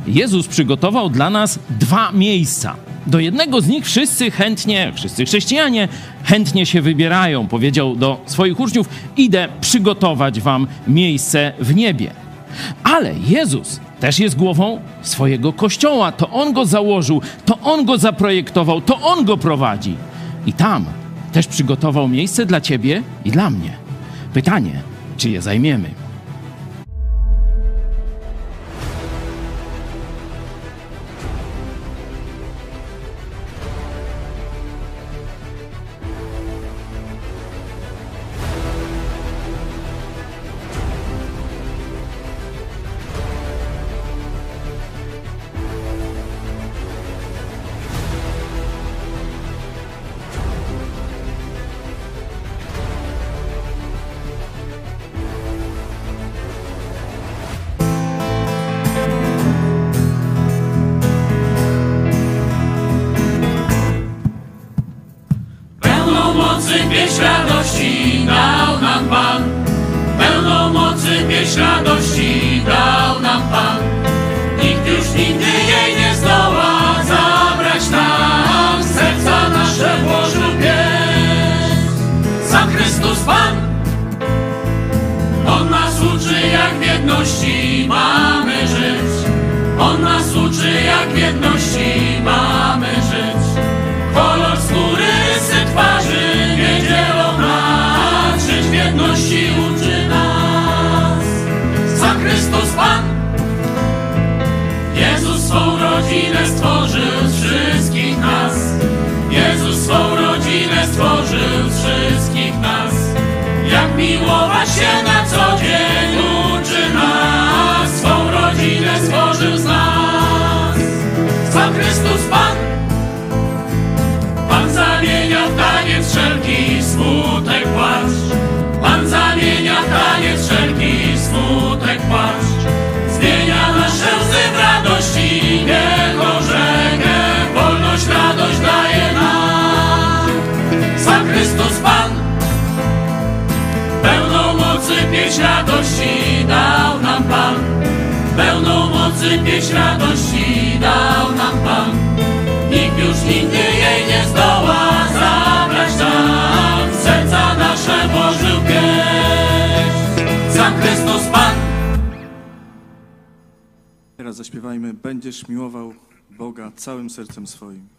Jezus przygotował dla nas 2 miejsca. Do jednego z nich wszyscy chrześcijanie chętnie się wybierają. Powiedział do swoich uczniów: idę przygotować wam miejsce w niebie. Ale Jezus też jest głową swojego Kościoła. To On go założył, to On go zaprojektował, to On go prowadzi. I tam też przygotował miejsce dla ciebie i dla mnie. Pytanie, czy je zajmiemy? Pieśń radości dał nam Pan, pełną mocy pieśń radości dał nam Pan. Nikt już nigdy jej nie zdoła zabrać nam, serca nasze włożył pieśń. Sam Chrystus Pan, On nas uczy, jak w jedności mamy żyć. On nas uczy, jak w jedności mamy żyć. Kolor skóry, rysy twarzy nie dzielą nas, żyć w jedności uczy nas. Sam Chrystus Pan, Jezus swą rodzinę stworzył z wszystkich nas. Jezus swą rodzinę stworzył z wszystkich nas. Jak miłować się na co dzień uczy nas, swą rodzinę stworzył z nas. Sam Chrystus Pan, Pan zamienia w taniec wszelki smutek płaszcz. Pan zamienia w taniec wszelki smutek płaszcz. Zmienia nasze łzy w radości, niech rzekę wolność, radość daje nam. Sam Chrystus Pan, pełną mocy pieśń radości dał nam Pan. Pełną mocy pieśń radości dał nam Pan. Nikt już nigdy jej nie zdoła zabrać nam, serca nasze włożył pieśń. Sam Chrystus Pan. Teraz zaśpiewajmy: będziesz miłował Boga całym sercem swoim.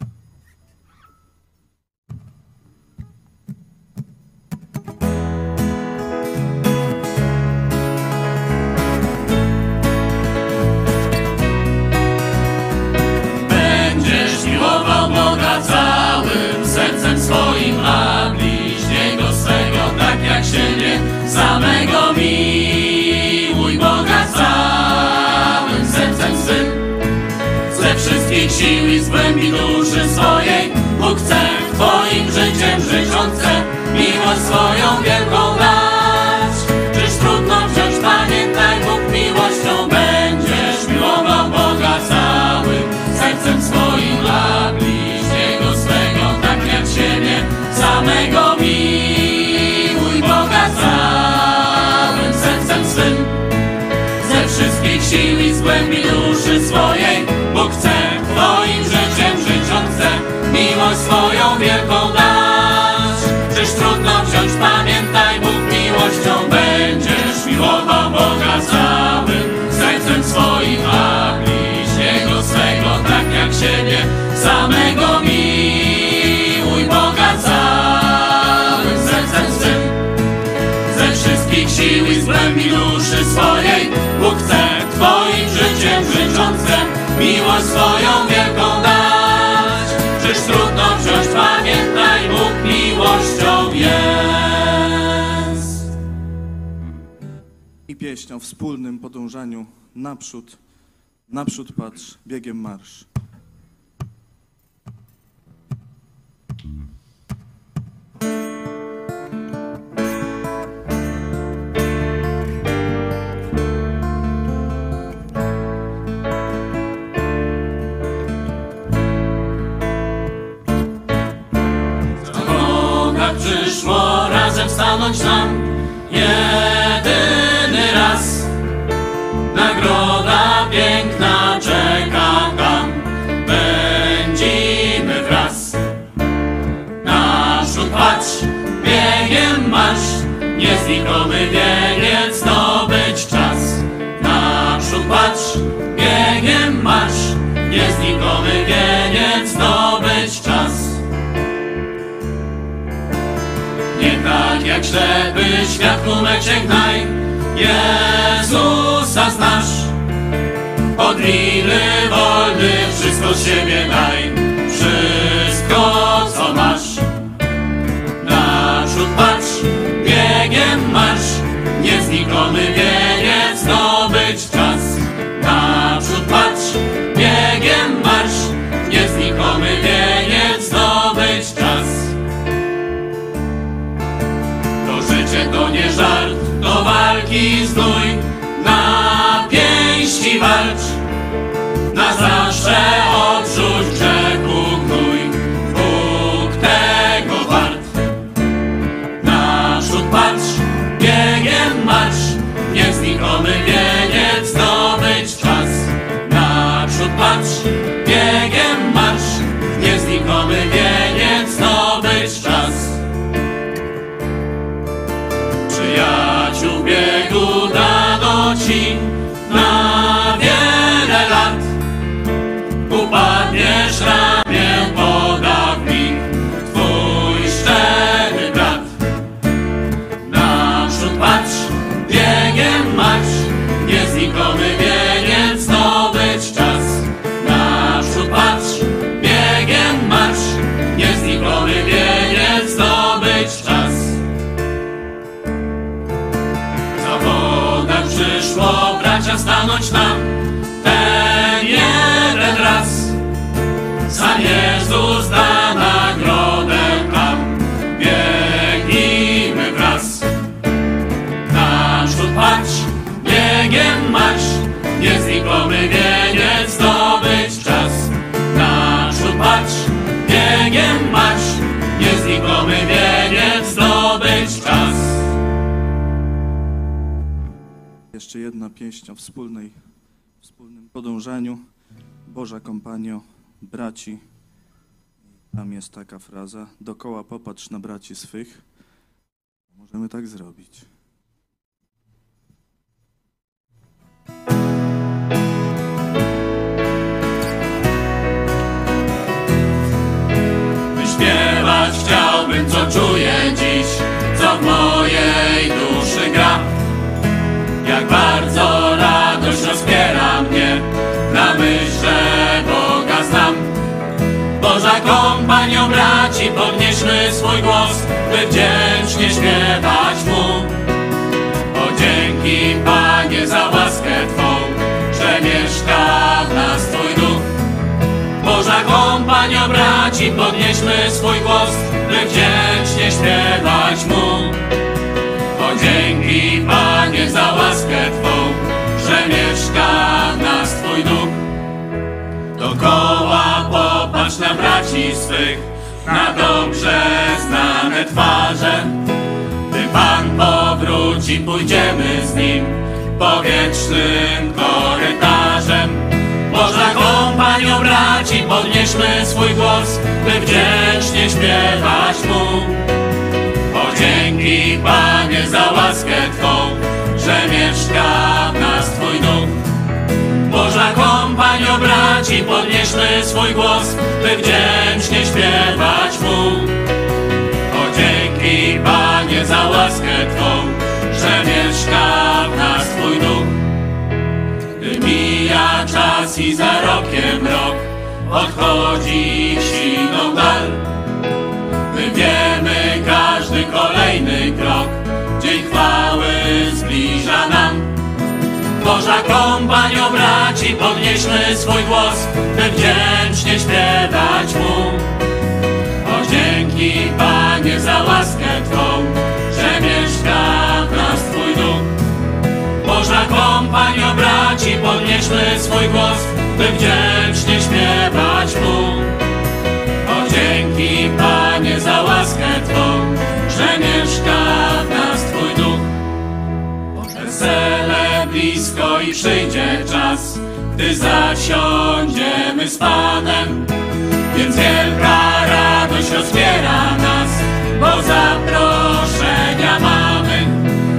Boga całym sercem swoim, a bliźniego swego tak jak siebie samego miłuj. Boga całym sercem swym, ze wszystkich sił i z głębi duszy swojej. Bóg chce twoim życiem żyć, On chce miłość swoją wielką dać. Czyż trudno wziąć, pamiętaj, Bóg miłością będziesz miłował Boga całym sercem swoim, a bliźniego swego tak jak siebie samego miłuj. Boga całym sercem swym, ze wszystkich sił i z głębi duszy swojej. Bóg chce twoim życiem żyć, On chce miłość swoją wielką dać. Czyż trudno wziąć, pamiętaj, Bóg miłością będziesz miłował Boga całym sercem swoim, a bliźniego swego tak jak siebie samego miłuj. Boga całym sercem swym, ze wszystkich sił i z głębi duszy swojej. Bóg chce twoim życiem żyć, On chce miłość swoją wielką dać. Czyż trudno wziąć, pamiętaj, Bóg miłością jest. I pieśń o wspólnym podążaniu naprzód. Naprzód patrz, biegiem marsz. Przyszło razem stanąć nam jedyny raz. Nagroda piękna czeka. Nieznikomy wieniec zdobyć czas. Naprzód patrz, biegiem marsz. Nieznikomy wieniec zdobyć czas. Nie tak jak ślepy świadku meczek gnaj, Jezusa znasz. Podwilny, wolny, wszystko z siebie daj, wszystko co masz. Naprzód patrz, biegiem marsz. Nieznikomy wieniec zdobyć czas. Naprzód patrz, biegiem marsz. Nieznikomy wieniec zdobyć czas. To życie to nie żart, do walki zdój. Na pięści walcz, na zawsze odrzuć grzechu gnój. Bóg tego wart. Naprzód patrz, biegiem marsz. Nieznikomy wieniec zdobyć czas. Naprzód patrz, biegiem marsz. Nieznikomy wieniec zdobyć czas. Przyjaciół biegu dano ci na wiele lat. Upadniesz, ramię poda w mig twój szczery brat. Naprzód patrz, biegiem marsz. Nieznikomy wieniec zdobyć czas. Naprzód patrz, biegiem marsz. Nieznikomy wieniec zdobyć czas. Przyszło bracia stanąć nam ten jeden raz. Sam Jezus da nagrodę nam. Biegnijmy wraz. Naprzód patrz, biegiem marsz. Nieznikomy wieniec zdobyć czas. Naprzód patrz, biegiem marsz. Nieznikomy wieniec zdobyć czas. Jeszcze jedna pieśń o wspólnym podążaniu. Boża kompanio braci. Tam jest taka fraza: dokoła popatrz na braci swych. Możemy tak zrobić. Wyśpiewać chciałbym, co czuję dziś, co w mojej duszy gra. Jak bardzo radość rozpiera mnie na myśl, że Boga znam. Boża kompanio braci, podnieśmy swój głos, by wdzięcznie śpiewać Mu. O dzięki Panie za łaskę Twą, że mieszka w nas Twój duch. Boża kompanio braci, podnieśmy swój głos, by wdzięcznie śpiewać Mu. O dzięki Panie za łaskę Twą, że mieszka w nas Twój duch. Dokoła popatrz na braci swych, na dobrze znane twarze. Gdy Pan powróci, pójdziemy z Nim powietrznym korytarzem. Boża kompanio braci, podnieśmy swój głos, by wdzięcznie śpiewać Mu. O dzięki Panie za łaskę Twą, że mieszka w nas Twój duch. Boża kompanio braci, podnieśmy swój głos, by wdzięcznie śpiewać Mu. O dzięki Panie za łaskę Twą, że mieszka w nas Twój duch. Gdy mija czas i za rokiem rok odchodzi w siną dal, my wiemy, każdy kolejny krok dzień chwały zbliża nam. Boża kompanio braci, podnieśmy swój głos, by wdzięcznie śpiewać Mu. O dzięki Panie za łaskę Twą, że mieszka w nas Twój duch. Boża kompanio braci, podnieśmy swój głos, by wdzięcznie śpiewać Mu. O dzięki Panie za łaskę Twą, że mieszka w nas Twój duch. Wesele blisko i przyjdzie czas, gdy zasiądziemy z Panem. Więc wielka radość rozpiera nas, bo zaproszenia mamy.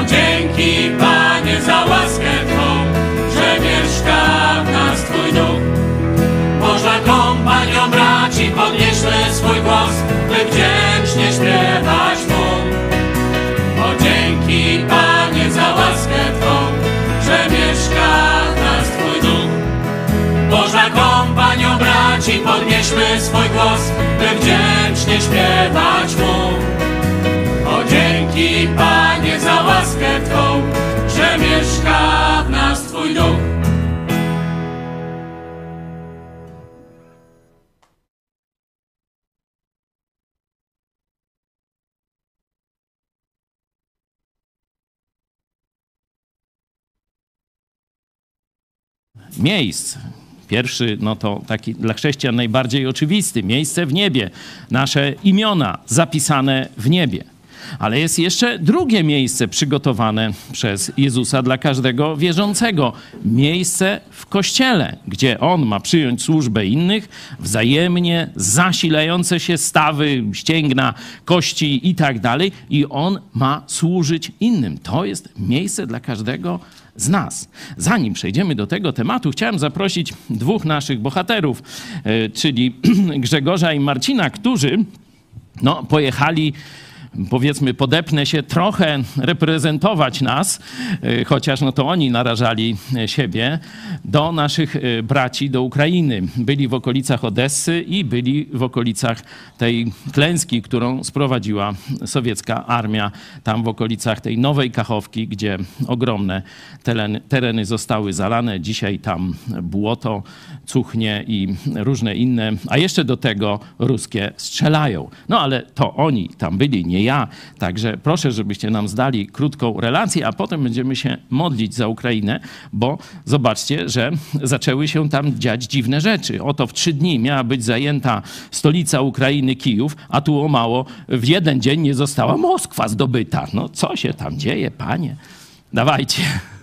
O dzięki, Panie, za łaskę Twą, że mieszka w nas Twój duch. Boża kompanio braci, podnieśmy swój głos, by wdzięcznie śpiewać Mu. O dzięki, Panie, za łaskę Twą, że mieszka w nas Twój duch. Boża kompanio braci, podnieśmy swój głos, by wdzięcznie śpiewać Mu. O dzięki, Panie, za łaskę Twą, że mieszka w nas Twój duch. Miejsc. Pierwszy, no to taki dla chrześcijan najbardziej oczywisty. Miejsce w niebie. Nasze imiona zapisane w niebie. Ale jest jeszcze drugie miejsce przygotowane przez Jezusa dla każdego wierzącego. Miejsce w Kościele, gdzie On ma przyjąć służbę innych, wzajemnie zasilające się stawy, ścięgna, kości i tak dalej. I On ma służyć innym. To jest miejsce dla każdego z nas. Zanim przejdziemy do tego tematu, chciałem zaprosić dwóch naszych bohaterów, czyli Grzegorza i Marcina, którzy pojechali, powiedzmy, podepnę się, trochę reprezentować nas, chociaż to oni narażali siebie, do naszych braci, do Ukrainy. Byli w okolicach Odessy i byli w okolicach tej klęski, którą sprowadziła sowiecka armia, tam w okolicach tej Nowej Kachowki, gdzie ogromne tereny zostały zalane. Dzisiaj tam błoto cuchnie i różne inne, a jeszcze do tego ruskie strzelają. No ale to oni tam byli, nie ja. Także proszę, żebyście nam zdali krótką relację, a potem będziemy się modlić za Ukrainę, bo zobaczcie, że zaczęły się tam dziać dziwne rzeczy. Oto w 3 dni miała być zajęta stolica Ukrainy, Kijów, a tu o mało w 1 dzień nie została Moskwa zdobyta. No co się tam dzieje, panie? Dawajcie.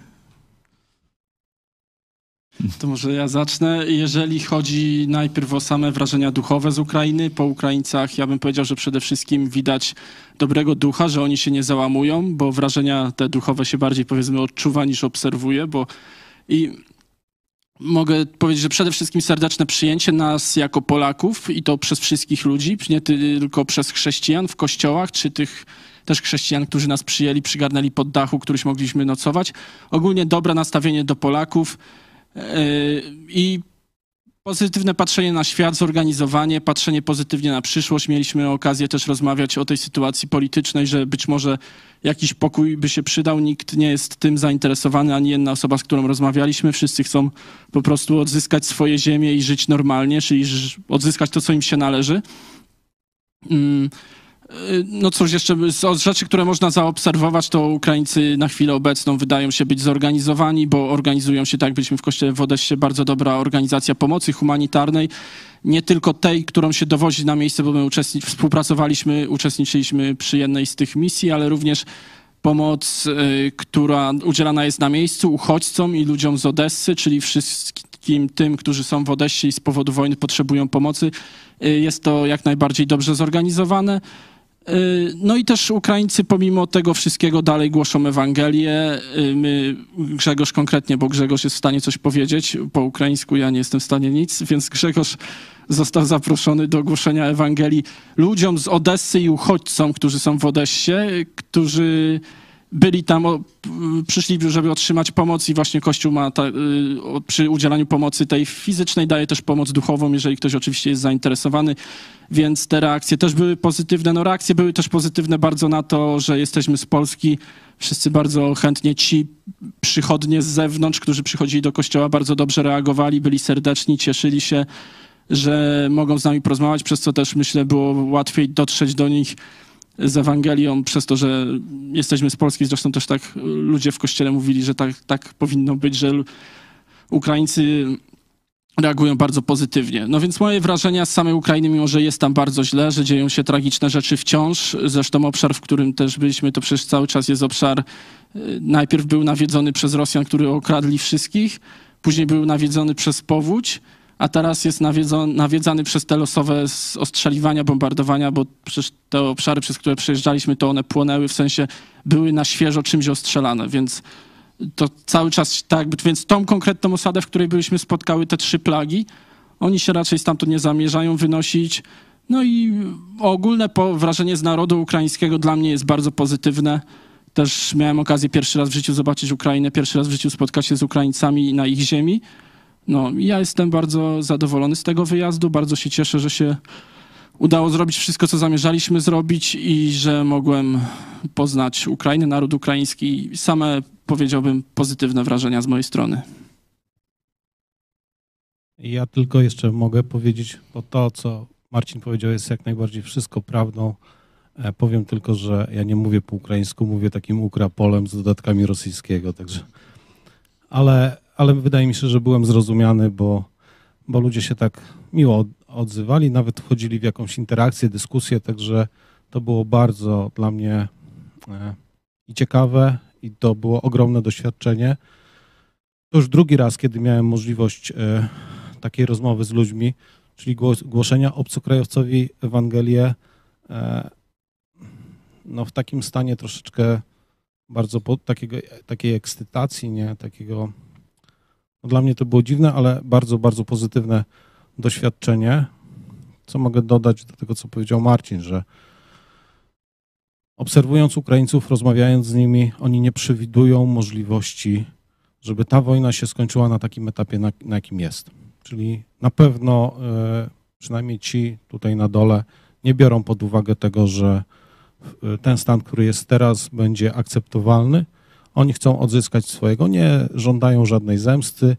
To może ja zacznę. Jeżeli chodzi najpierw o same wrażenia duchowe z Ukrainy, po Ukraińcach ja bym powiedział, że przede wszystkim widać dobrego ducha, że oni się nie załamują, bo wrażenia te duchowe się bardziej, powiedzmy, odczuwa niż obserwuje, i mogę powiedzieć, że przede wszystkim serdeczne przyjęcie nas jako Polaków i to przez wszystkich ludzi, nie tylko przez chrześcijan w kościołach, czy tych też chrześcijan, którzy nas przyjęli, przygarnęli pod dachu, któryś mogliśmy nocować. Ogólnie dobre nastawienie do Polaków, i pozytywne patrzenie na świat, zorganizowanie, patrzenie pozytywnie na przyszłość. Mieliśmy okazję też rozmawiać o tej sytuacji politycznej, że być może jakiś pokój by się przydał. Nikt nie jest tym zainteresowany, ani jedna osoba, z którą rozmawialiśmy. Wszyscy chcą po prostu odzyskać swoje ziemię i żyć normalnie, czyli odzyskać to, co im się należy. No cóż, jeszcze z rzeczy, które można zaobserwować, to Ukraińcy na chwilę obecną wydają się być zorganizowani, bo organizują się, tak jak byliśmy w kościele w Odessie, bardzo dobra organizacja pomocy humanitarnej. Nie tylko tej, którą się dowozi na miejsce, bo my uczestniczyliśmy przy jednej z tych misji, ale również pomoc, która udzielana jest na miejscu uchodźcom i ludziom z Odessy, czyli wszystkim tym, którzy są w Odessie i z powodu wojny potrzebują pomocy. Jest to jak najbardziej dobrze zorganizowane. No i też Ukraińcy pomimo tego wszystkiego dalej głoszą Ewangelię. Grzegorz konkretnie, bo Grzegorz jest w stanie coś powiedzieć po ukraińsku, ja nie jestem w stanie nic, więc Grzegorz został zaproszony do głoszenia Ewangelii ludziom z Odessy i uchodźcom, którzy są w Odessie, którzy byli tam, przyszli, żeby otrzymać pomoc i właśnie Kościół ma przy udzielaniu pomocy tej fizycznej daje też pomoc duchową, jeżeli ktoś oczywiście jest zainteresowany, więc te reakcje też były pozytywne. No reakcje były też pozytywne bardzo na to, że jesteśmy z Polski. Wszyscy bardzo chętnie ci przychodnie z zewnątrz, którzy przychodzili do Kościoła, bardzo dobrze reagowali, byli serdeczni, cieszyli się, że mogą z nami porozmawiać, przez co też myślę było łatwiej dotrzeć do nich z Ewangelią, przez to, że jesteśmy z Polski. Zresztą też tak ludzie w Kościele mówili, że tak powinno być, że Ukraińcy reagują bardzo pozytywnie. No więc moje wrażenia z samej Ukrainy, mimo że jest tam bardzo źle, że dzieją się tragiczne rzeczy wciąż. Zresztą obszar, w którym też byliśmy, to przecież cały czas jest obszar, najpierw był nawiedzony przez Rosjan, którzy okradli wszystkich, później był nawiedzony przez powódź, a teraz jest nawiedzany przez te losowe ostrzeliwania, bombardowania, bo przecież te obszary, przez które przejeżdżaliśmy, to one płonęły, w sensie były na świeżo czymś ostrzelane, więc to cały czas tak jakby, więc tą konkretną osadę, w której byliśmy, spotkały te 3 plagi. Oni się raczej stamtąd nie zamierzają wynosić. No i ogólne wrażenie z narodu ukraińskiego dla mnie jest bardzo pozytywne. Też miałem okazję pierwszy raz w życiu zobaczyć Ukrainę, pierwszy raz w życiu spotkać się z Ukraińcami na ich ziemi. No i ja jestem bardzo zadowolony z tego wyjazdu, bardzo się cieszę, że się udało zrobić wszystko, co zamierzaliśmy zrobić i że mogłem poznać Ukrainę, naród ukraiński. Same, powiedziałbym, pozytywne wrażenia z mojej strony. Ja tylko jeszcze mogę powiedzieć, bo to, co Marcin powiedział, jest jak najbardziej wszystko prawdą. Powiem tylko, że ja nie mówię po ukraińsku, mówię takim ukrapolem z dodatkami rosyjskiego, także... Ale wydaje mi się, że byłem zrozumiany, bo ludzie się tak miło odzywali, nawet wchodzili w jakąś interakcję, dyskusję, także to było bardzo dla mnie i ciekawe, i to było ogromne doświadczenie. To już drugi raz, kiedy miałem możliwość takiej rozmowy z ludźmi, czyli głoszenia obcokrajowcowi Ewangelię no w takim stanie troszeczkę bardzo takiej ekscytacji, nie, takiego, no dla mnie to było dziwne, ale bardzo, bardzo pozytywne doświadczenie. Co mogę dodać do tego, co powiedział Marcin, że obserwując Ukraińców, rozmawiając z nimi, oni nie przewidują możliwości, żeby ta wojna się skończyła na takim etapie, na jakim jest. Czyli na pewno przynajmniej ci tutaj na dole nie biorą pod uwagę tego, że ten stan, który jest teraz, będzie akceptowalny. Oni chcą odzyskać swojego, nie żądają żadnej zemsty.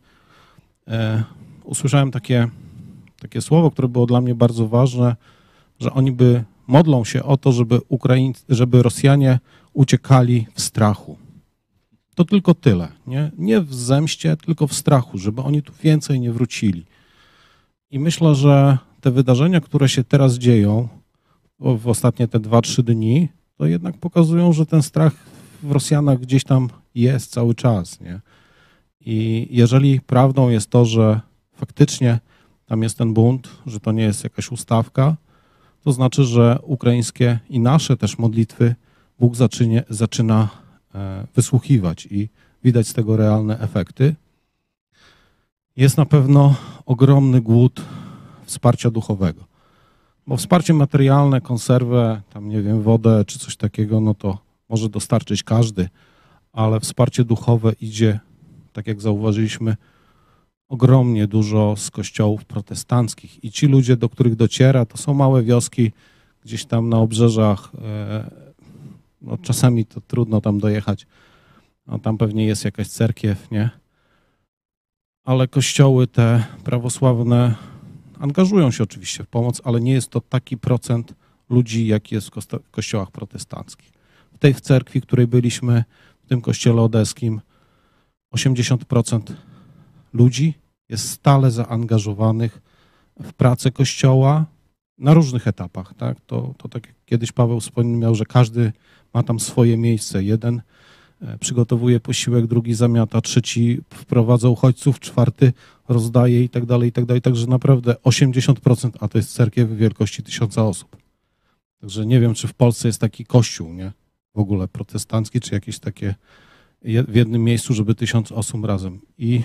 Usłyszałem takie słowo, które było dla mnie bardzo ważne, że oni modlą się o to, żeby Rosjanie uciekali w strachu. To tylko tyle, nie w zemście, tylko w strachu, żeby oni tu więcej nie wrócili. I myślę, że te wydarzenia, które się teraz dzieją w ostatnie te 2-3 dni, to jednak pokazują, że ten strach w Rosjanach gdzieś tam jest cały czas, nie? I jeżeli prawdą jest to, że faktycznie tam jest ten bunt, że to nie jest jakaś ustawka, to znaczy, że ukraińskie i nasze też modlitwy Bóg zaczyna wysłuchiwać i widać z tego realne efekty. Jest na pewno ogromny głód wsparcia duchowego. Bo wsparcie materialne, konserwę, tam nie wiem, wodę czy coś takiego, no to może dostarczyć każdy, ale wsparcie duchowe idzie, tak jak zauważyliśmy, ogromnie dużo z kościołów protestanckich i ci ludzie, do których dociera, to są małe wioski gdzieś tam na obrzeżach, no czasami to trudno tam dojechać, no tam pewnie jest jakaś cerkiew, nie? Ale kościoły te prawosławne angażują się oczywiście w pomoc, ale nie jest to taki procent ludzi, jaki jest w kościołach protestanckich. W cerkwi, w której byliśmy, w tym kościele odeskim, 80% ludzi jest stale zaangażowanych w pracę kościoła na różnych etapach. Tak? To tak jak kiedyś Paweł wspomniał, że każdy ma tam swoje miejsce. Jeden przygotowuje posiłek, drugi zamiata, trzeci wprowadza uchodźców, czwarty rozdaje i tak dalej, i tak dalej. Także naprawdę 80%, a to jest cerkiew wielkości 1000 osób. Także nie wiem, czy w Polsce jest taki kościół, nie? W ogóle protestancki, czy jakieś takie w jednym miejscu, żeby 1000 osób razem. I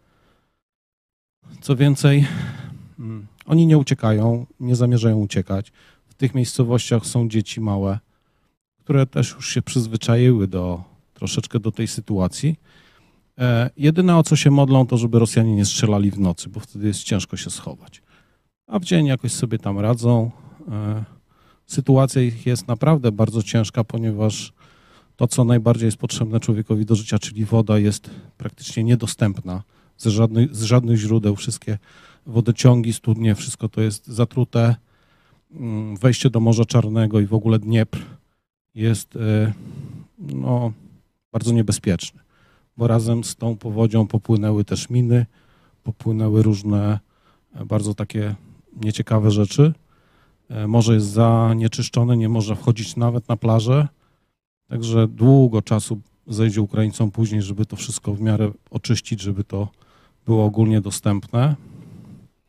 co więcej, oni nie uciekają, nie zamierzają uciekać. W tych miejscowościach są dzieci małe, które też już się przyzwyczaiły troszeczkę do tej sytuacji. Jedyne, o co się modlą, to żeby Rosjanie nie strzelali w nocy, bo wtedy jest ciężko się schować. A w dzień jakoś sobie tam radzą. Sytuacja ich jest naprawdę bardzo ciężka, ponieważ to, co najbardziej jest potrzebne człowiekowi do życia, czyli woda, jest praktycznie niedostępna z żadnych źródeł. Wszystkie wodociągi, studnie, wszystko to jest zatrute. Wejście do Morza Czarnego i w ogóle Dniepr jest no, bardzo niebezpieczny, bo razem z tą powodzią popłynęły też miny, popłynęły różne bardzo takie nieciekawe rzeczy. Morze jest zanieczyszczone, nie można wchodzić nawet na plażę, także długo czasu zejdzie Ukraińcom później, żeby to wszystko w miarę oczyścić, żeby to było ogólnie dostępne.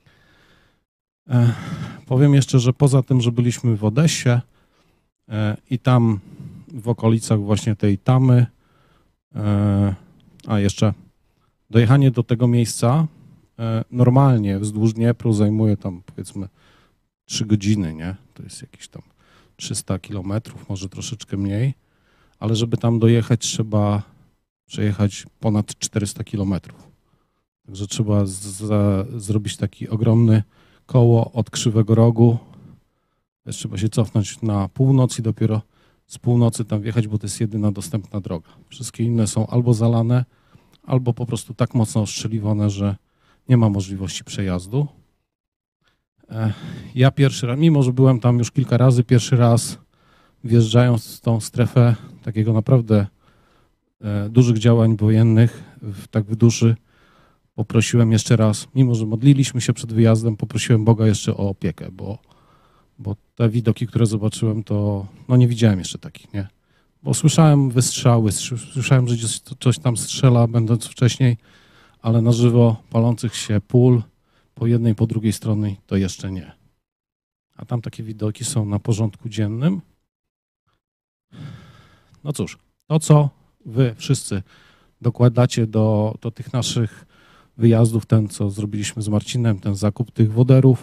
Powiem jeszcze, że poza tym, że byliśmy w Odessie i tam w okolicach właśnie tej Tamy, a jeszcze dojechanie do tego miejsca normalnie wzdłuż Dniepru zajmuje tam powiedzmy 3 godziny, nie? To jest jakieś tam 300 kilometrów, może troszeczkę mniej, ale żeby tam dojechać, trzeba przejechać ponad 400 kilometrów. Także trzeba zrobić taki ogromny koło od Krzywego Rogu. Trzeba się cofnąć na północ i dopiero z północy tam wjechać, bo to jest jedyna dostępna droga. Wszystkie inne są albo zalane, albo po prostu tak mocno ostrzeliwane, że nie ma możliwości przejazdu. Ja pierwszy raz, mimo że byłem tam już kilka razy, pierwszy raz wjeżdżając w tą strefę takiego naprawdę dużych działań wojennych, tak w duszy, poprosiłem jeszcze raz, mimo że modliliśmy się przed wyjazdem, poprosiłem Boga jeszcze o opiekę, bo te widoki, które zobaczyłem, to no nie widziałem jeszcze takich, nie? Bo słyszałem wystrzały, słyszałem, że coś tam strzela, będąc wcześniej, ale na żywo palących się pól po jednej, po drugiej stronie to jeszcze nie. A tam takie widoki są na porządku dziennym. No cóż, to co wy wszyscy dokładacie do tych naszych wyjazdów, ten co zrobiliśmy z Marcinem, ten zakup tych woderów,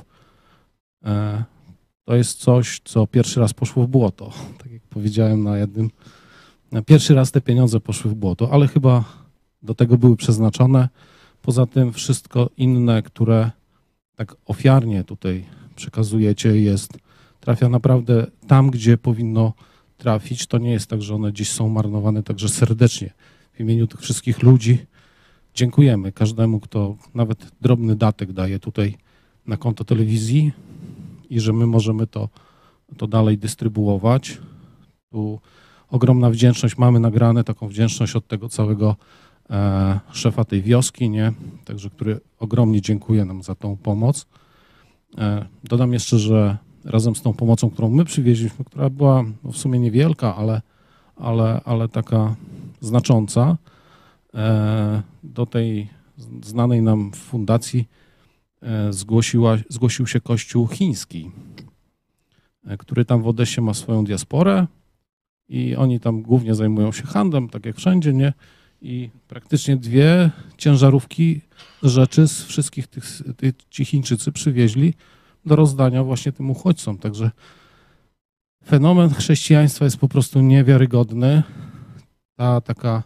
to jest coś, co pierwszy raz poszło w błoto. Tak jak powiedziałem na jednym, pierwszy raz te pieniądze poszły w błoto, ale chyba do tego były przeznaczone. Poza tym wszystko inne, które tak ofiarnie tutaj przekazujecie, trafia naprawdę tam, gdzie powinno trafić. To nie jest tak, że one gdzieś są marnowane, także serdecznie w imieniu tych wszystkich ludzi dziękujemy każdemu, kto nawet drobny datek daje tutaj na konto telewizji i że my możemy to dalej dystrybuować. Tu ogromna wdzięczność, mamy nagrane taką wdzięczność od tego całego szefa tej wioski, nie? Także który ogromnie dziękuję nam za tą pomoc. Dodam jeszcze, że razem z tą pomocą, którą my przywieźliśmy, która była w sumie niewielka, ale taka znacząca, do tej znanej nam fundacji zgłosił się Kościół chiński, który tam w Odessie ma swoją diasporę i oni tam głównie zajmują się handlem, tak jak wszędzie, nie? I praktycznie 2 ciężarówki rzeczy z wszystkich ci Chińczycy przywieźli do rozdania właśnie tym uchodźcom. Także fenomen chrześcijaństwa jest po prostu niewiarygodny. Ta taka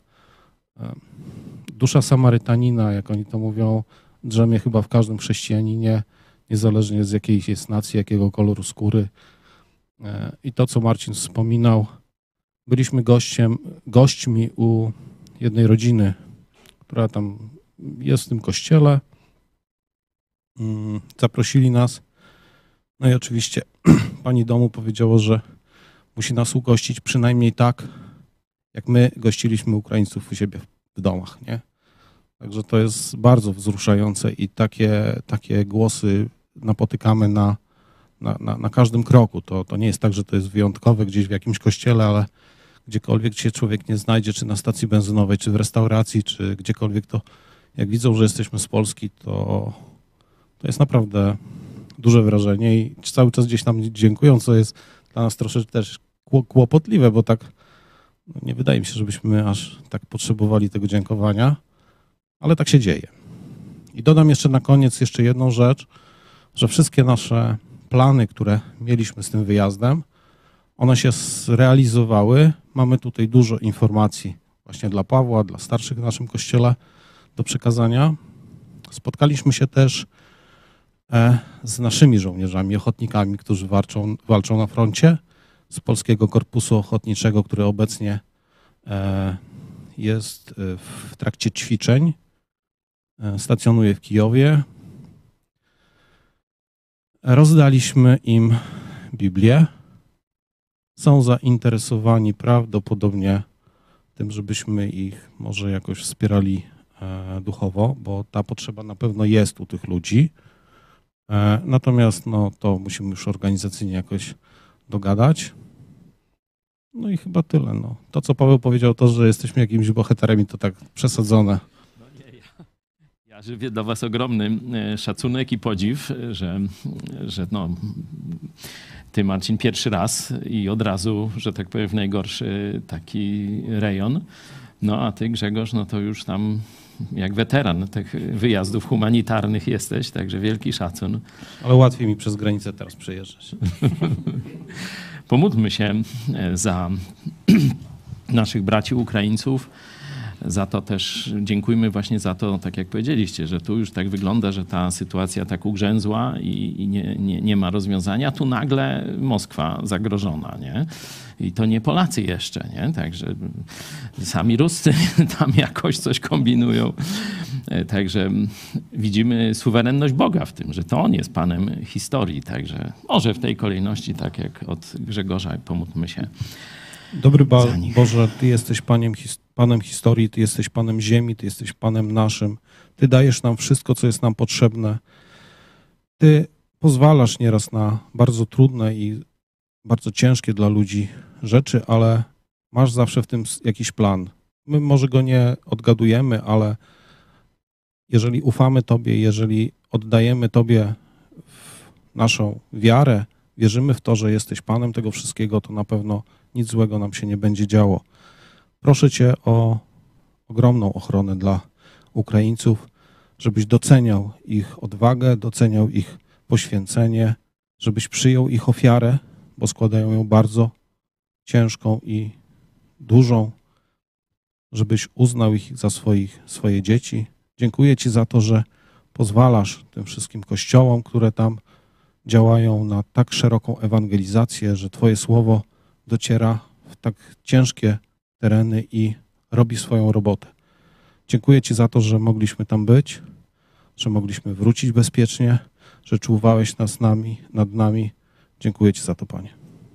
dusza Samarytanina, jak oni to mówią, drzemie chyba w każdym chrześcijaninie, niezależnie z jakiej jest nacji, jakiego koloru skóry. I to, co Marcin wspominał, byliśmy gośćmi u jednej rodziny, która tam jest w tym kościele. Zaprosili nas. No i oczywiście pani domu powiedziała, że musi nas ugościć przynajmniej tak, jak my gościliśmy Ukraińców u siebie w domach, nie? Także to jest bardzo wzruszające i takie głosy napotykamy na każdym kroku. To nie jest tak, że to jest wyjątkowe gdzieś w jakimś kościele, ale gdziekolwiek się człowiek nie znajdzie, czy na stacji benzynowej, czy w restauracji, czy gdziekolwiek, to jak widzą, że jesteśmy z Polski, to jest naprawdę duże wrażenie i cały czas gdzieś nam dziękują, co jest dla nas troszeczkę też kłopotliwe, bo tak nie wydaje mi się, żebyśmy aż tak potrzebowali tego dziękowania, ale tak się dzieje. I dodam jeszcze na koniec jeszcze jedną rzecz, że wszystkie nasze plany, które mieliśmy z tym wyjazdem, one się zrealizowały. Mamy tutaj dużo informacji właśnie dla Pawła, dla starszych w naszym kościele do przekazania. Spotkaliśmy się też z naszymi żołnierzami, ochotnikami, którzy walczą na froncie, z Polskiego Korpusu Ochotniczego, który obecnie jest w trakcie ćwiczeń, stacjonuje w Kijowie. Rozdaliśmy im Biblię. Są zainteresowani prawdopodobnie tym, żebyśmy ich może jakoś wspierali duchowo, bo ta potrzeba na pewno jest u tych ludzi. Natomiast no, to musimy już organizacyjnie jakoś dogadać. No i chyba tyle. No. To, co Paweł powiedział, to, że jesteśmy jakimiś bohaterami, to tak przesadzone. No nie, ja Żywię dla was ogromny szacunek i podziw, że no, ty, Marcin, pierwszy raz i od razu, że tak powiem, w najgorszy taki rejon. No a ty, Grzegorz, no to już tam jak weteran tych wyjazdów humanitarnych jesteś, także wielki szacun. Ale łatwiej mi przez granicę teraz przejeżdżać. Pomódlmy się za naszych braci Ukraińców. Za to też dziękujmy właśnie za to, tak jak powiedzieliście, że tu już tak wygląda, że ta sytuacja tak ugrzęzła i nie ma rozwiązania. Tu nagle Moskwa zagrożona, nie? I to nie Polacy jeszcze, nie? Także sami Ruscy tam jakoś coś kombinują. Także widzimy suwerenność Boga w tym, że to On jest Panem historii. Także może w tej kolejności, tak jak od Grzegorza, pomódlmy się. Dobry Boże, Ty jesteś Panem historii, Ty jesteś Panem ziemi, Ty jesteś Panem naszym. Ty dajesz nam wszystko, co jest nam potrzebne. Ty pozwalasz nieraz na bardzo trudne i bardzo ciężkie dla ludzi rzeczy, ale masz zawsze w tym jakiś plan. My może go nie odgadujemy, ale jeżeli ufamy Tobie, jeżeli oddajemy Tobie naszą wiarę, wierzymy w to, że jesteś Panem tego wszystkiego, to na pewno nic złego nam się nie będzie działo. Proszę Cię o ogromną ochronę dla Ukraińców, żebyś doceniał ich odwagę, doceniał ich poświęcenie, żebyś przyjął ich ofiarę, bo składają ją bardzo ciężką i dużą, żebyś uznał ich za swoje dzieci. Dziękuję Ci za to, że pozwalasz tym wszystkim kościołom, które tam działają, na tak szeroką ewangelizację, że Twoje słowo dociera w tak ciężkie tereny i robi swoją robotę. Dziękuję Ci za to, że mogliśmy tam być, że mogliśmy wrócić bezpiecznie, że czuwałeś nad nami. Dziękuję Ci za to, Panie.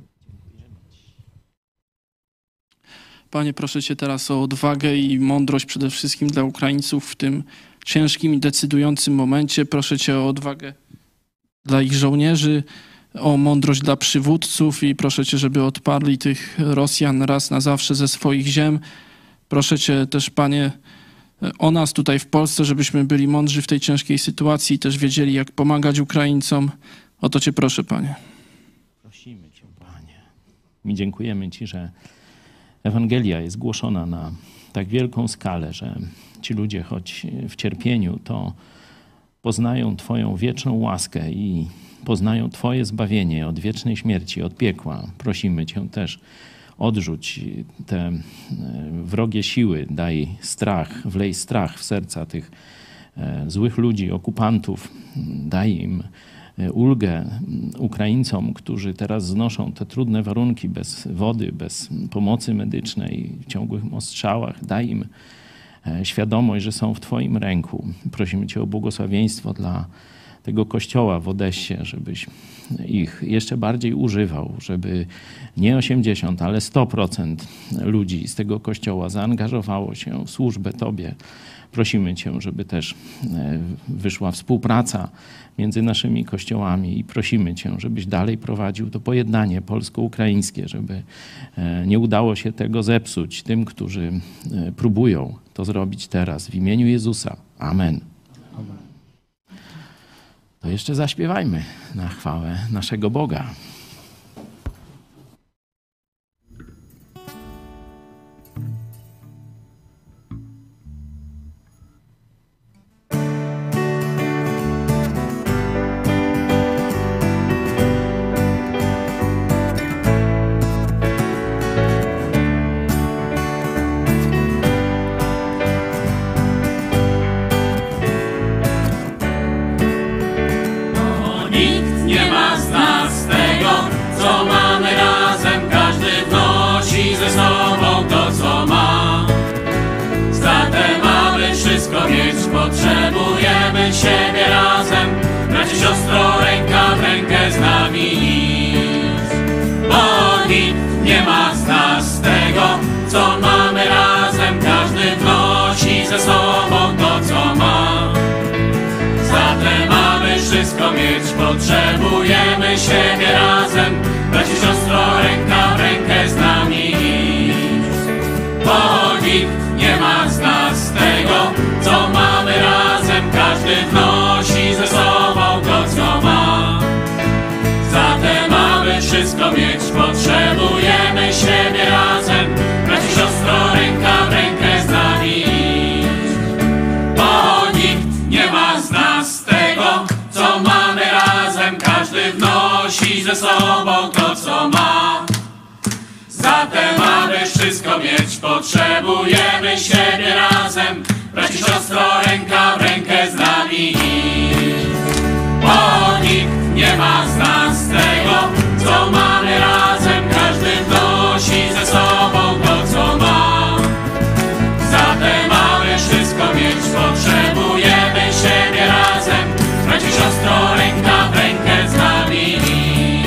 Panie, proszę Cię teraz o odwagę i mądrość przede wszystkim dla Ukraińców w tym ciężkim i decydującym momencie. Proszę Cię o odwagę dla ich żołnierzy, o mądrość dla przywódców i proszę Cię, żeby odparli tych Rosjan raz na zawsze ze swoich ziem. Proszę Cię też, Panie, o nas tutaj w Polsce, żebyśmy byli mądrzy w tej ciężkiej sytuacji i też wiedzieli, jak pomagać Ukraińcom. O to Cię proszę, Panie. Prosimy Cię, Panie. I dziękujemy Ci, że Ewangelia jest głoszona na tak wielką skalę, że ci ludzie, choć w cierpieniu, to poznają Twoją wieczną łaskę i poznają Twoje zbawienie od wiecznej śmierci, od piekła. Prosimy Cię też, odrzuć te wrogie siły, daj strach, wlej strach w serca tych złych ludzi, okupantów, daj im ulgę Ukraińcom, którzy teraz znoszą te trudne warunki bez wody, bez pomocy medycznej, w ciągłych ostrzałach. Daj im świadomość, że są w Twoim ręku. Prosimy Cię o błogosławieństwo dla tego kościoła w Odessie, żebyś ich jeszcze bardziej używał, żeby nie 80, ale 100% ludzi z tego kościoła zaangażowało się w służbę Tobie. Prosimy Cię, żeby też wyszła współpraca między naszymi kościołami i prosimy Cię, żebyś dalej prowadził to pojednanie polsko-ukraińskie, żeby nie udało się tego zepsuć tym, którzy próbują to zrobić teraz. W imieniu Jezusa. Amen. Amen. To jeszcze zaśpiewajmy na chwałę naszego Boga. Potrzebujemy siebie razem, bracie, siostro, ręka w rękę z nami iść. Bo nikt nie ma z nas tego, co mamy razem, każdy wnosi ze sobą to, co ma. Zatem mamy wszystko mieć, potrzebujemy siebie razem, bracie, siostro, ręka w rękę z nami iść. Bo nikt nie ma z nas tego, co mamy razem. siebie razem, braci, siostro, ręka w rękę z nami iść. Bo nikt nie ma z nas tego, co mamy razem, każdy wnosi ze sobą to, co ma. Zatem, aby wszystko mieć, potrzebujemy siebie razem, braci, siostro, ręka w rękę z nami iść.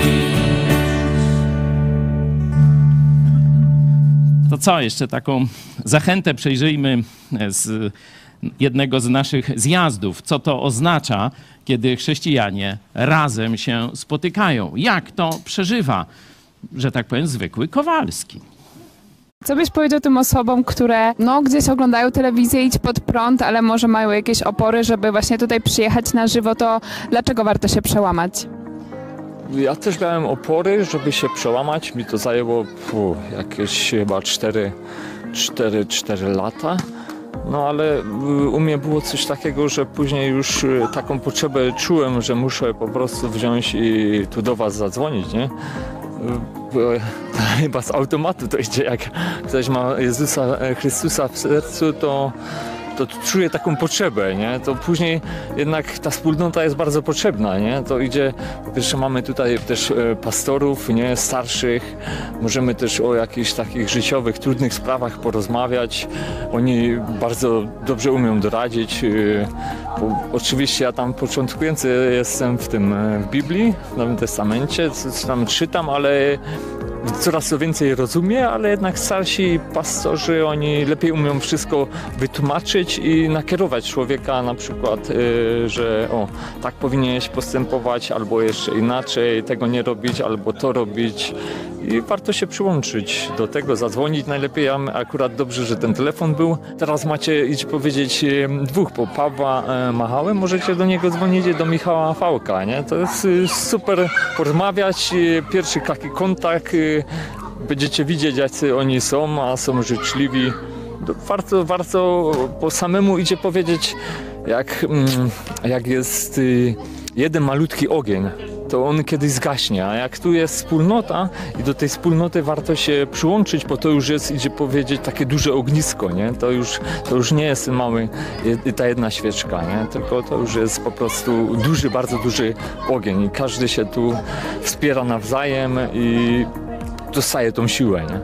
To co, jeszcze taką zachętę przejrzyjmy z jednego z naszych zjazdów. Co to oznacza, kiedy chrześcijanie razem się spotykają? Jak to przeżywa, że tak powiem, zwykły Kowalski? Co byś powiedział tym osobom, które gdzieś oglądają telewizję, Idź Pod Prąd, ale może mają jakieś opory, żeby właśnie tutaj przyjechać na żywo, to dlaczego warto się przełamać? Ja też miałem opory, żeby się przełamać. Mi to zajęło jakieś chyba 4 lata. No ale u mnie było coś takiego, że później już taką potrzebę czułem, że muszę po prostu wziąć i tu do was zadzwonić, nie? Chyba z automatu to idzie, jak ktoś ma Jezusa Chrystusa w sercu, to czuję taką potrzebę, nie? To później jednak ta wspólnota jest bardzo potrzebna, nie? To idzie, po pierwsze mamy tutaj też pastorów, nie? Starszych, możemy też o jakichś takich życiowych, trudnych sprawach porozmawiać. Oni bardzo dobrze umieją doradzić. Oczywiście ja tam początkujący jestem w Biblii, w Nowym Testamencie, coś tam czytam, ale coraz to więcej rozumiem, ale jednak starsi pastorzy, oni lepiej umieją wszystko wytłumaczyć i nakierować człowieka na przykład, że tak powinieneś postępować, albo jeszcze inaczej, tego nie robić, albo to robić. I warto się przyłączyć do tego, zadzwonić. Najlepiej, akurat dobrze, że ten telefon był. Teraz macie iść powiedzieć dwóch, bo Pawła Machały, możecie do niego dzwonić, do Michała Fałka, nie? To jest super porozmawiać, pierwszy taki kontakt, będziecie widzieć, jacy oni są, a są życzliwi. Warto po samemu idzie powiedzieć, jak jest jeden malutki ogień, to on kiedyś zgaśnie, a jak tu jest wspólnota i do tej wspólnoty warto się przyłączyć, bo to już jest, idzie powiedzieć, takie duże ognisko, nie? To już nie jest mały, ta jedna świeczka, nie? Tylko to już jest po prostu duży, bardzo duży ogień i każdy się tu wspiera nawzajem i dostaje tą siłę, nie?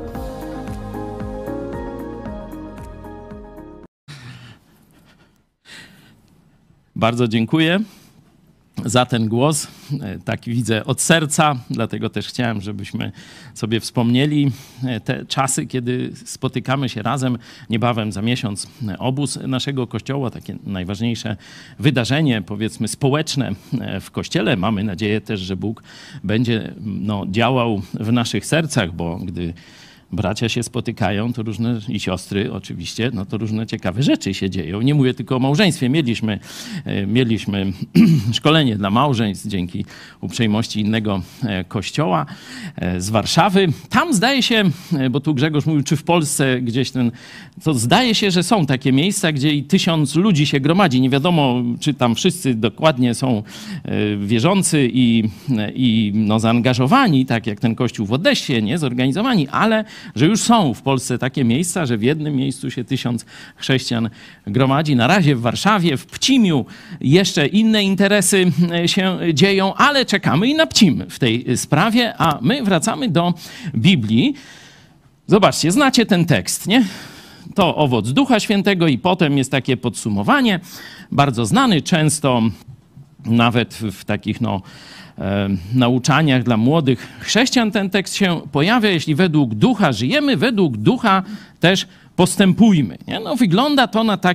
Bardzo dziękuję za ten głos, tak widzę od serca, dlatego też chciałem, żebyśmy sobie wspomnieli te czasy, kiedy spotykamy się razem. Niebawem za miesiąc obóz naszego Kościoła, takie najważniejsze wydarzenie, powiedzmy społeczne w Kościele. Mamy nadzieję też, że Bóg będzie działał w naszych sercach, bo gdy bracia się spotykają, to różne, i siostry oczywiście, to różne ciekawe rzeczy się dzieją. Nie mówię tylko o małżeństwie. Mieliśmy szkolenie dla małżeństw dzięki uprzejmości innego kościoła z Warszawy. Tam zdaje się, bo tu Grzegorz mówił, czy w Polsce gdzieś to zdaje się, że są takie miejsca, gdzie i 1000 ludzi się gromadzi. Nie wiadomo, czy tam wszyscy dokładnie są wierzący i zaangażowani, tak jak ten kościół w Odessie, nie zorganizowani, ale że już są w Polsce takie miejsca, że w jednym miejscu się 1000 chrześcijan gromadzi. Na razie w Warszawie, w Pcimiu jeszcze inne interesy się dzieją, ale czekamy i na Pcim w tej sprawie, a my wracamy do Biblii. Zobaczcie, znacie ten tekst, nie? To owoc Ducha Świętego i potem jest takie podsumowanie, bardzo znany, często nawet w takich nauczaniach dla młodych chrześcijan ten tekst się pojawia. Jeśli według Ducha żyjemy, według Ducha też postępujmy. Nie? Wygląda to na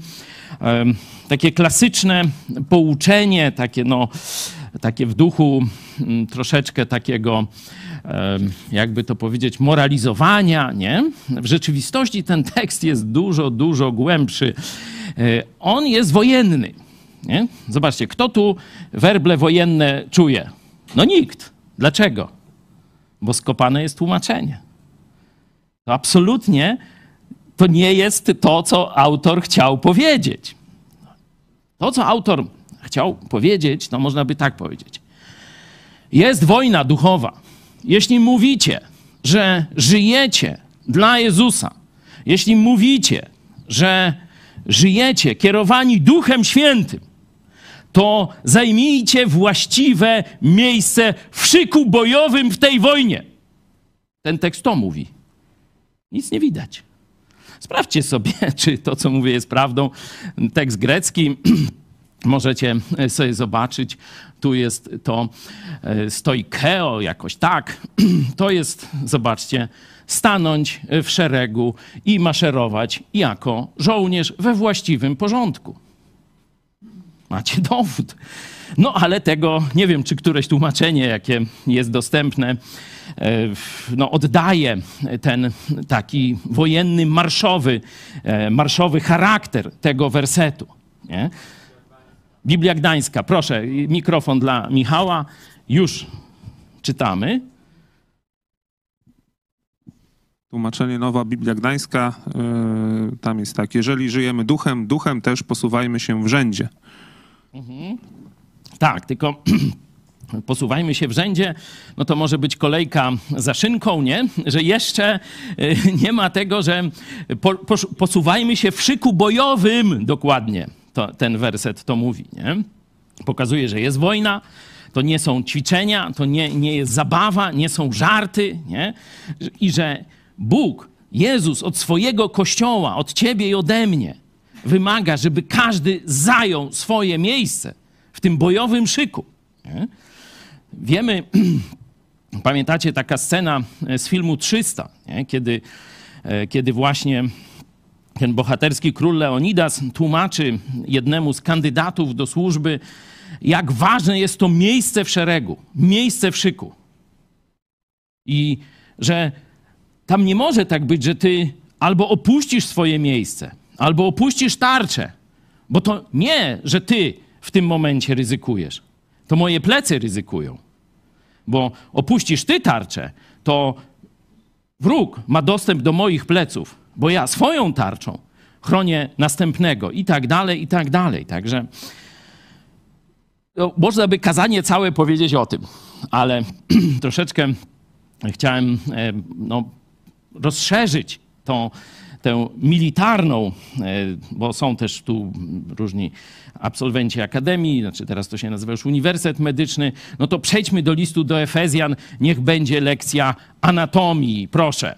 takie klasyczne pouczenie, takie w duchu troszeczkę takiego, jakby to powiedzieć, moralizowania. Nie? W rzeczywistości ten tekst jest dużo, dużo głębszy. On jest wojenny. Nie? Zobaczcie, kto tu werble wojenne czuje? Nikt. Dlaczego? Bo skopane jest tłumaczenie. To absolutnie to nie jest to, co autor chciał powiedzieć. To, co autor chciał powiedzieć, to można by tak powiedzieć. Jest wojna duchowa. Jeśli mówicie, że żyjecie dla Jezusa, jeśli mówicie, że żyjecie kierowani Duchem Świętym, to zajmijcie właściwe miejsce w szyku bojowym w tej wojnie. Ten tekst to mówi. Nic nie widać. Sprawdźcie sobie, czy to, co mówię, jest prawdą. Tekst grecki możecie sobie zobaczyć. Tu jest to stoikeo, jakoś tak. To jest, zobaczcie, stanąć w szeregu i maszerować jako żołnierz we właściwym porządku. Macie dowód. No ale tego, nie wiem, czy któreś tłumaczenie, jakie jest dostępne, no, oddaje ten taki wojenny, marszowy charakter tego wersetu. Nie? Biblia Gdańska, proszę, mikrofon dla Michała, już czytamy. Tłumaczenie Nowa Biblia Gdańska, tam jest tak: jeżeli żyjemy duchem, duchem też posuwajmy się w rzędzie. Mhm. Tak, tylko posuwajmy się w rzędzie, no to może być kolejka za szynką, nie? Że jeszcze nie ma tego, że posuwajmy się w szyku bojowym, dokładnie ten werset to mówi, nie? Pokazuje, że jest wojna, to nie są ćwiczenia, to nie jest zabawa, nie są żarty, nie? I że Bóg, Jezus od swojego Kościoła, od ciebie i ode mnie wymaga, żeby każdy zajął swoje miejsce w tym bojowym szyku. Nie? Wiemy, pamiętacie taka scena z filmu 300, nie? Kiedy właśnie ten bohaterski król Leonidas tłumaczy jednemu z kandydatów do służby, jak ważne jest to miejsce w szeregu, miejsce w szyku. I że tam nie może tak być, że ty albo opuścisz swoje miejsce, albo opuścisz tarczę, bo to nie, że ty w tym momencie ryzykujesz. To moje plecy ryzykują. Bo opuścisz ty tarczę, to wróg ma dostęp do moich pleców, bo ja swoją tarczą chronię następnego i tak dalej, i tak dalej. Także no, można by kazanie całe powiedzieć o tym, ale troszeczkę chciałem rozszerzyć tę militarną, bo są też tu różni absolwenci akademii, znaczy teraz to się nazywa już Uniwersytet Medyczny, no to przejdźmy do listu do Efezjan, niech będzie lekcja anatomii, proszę.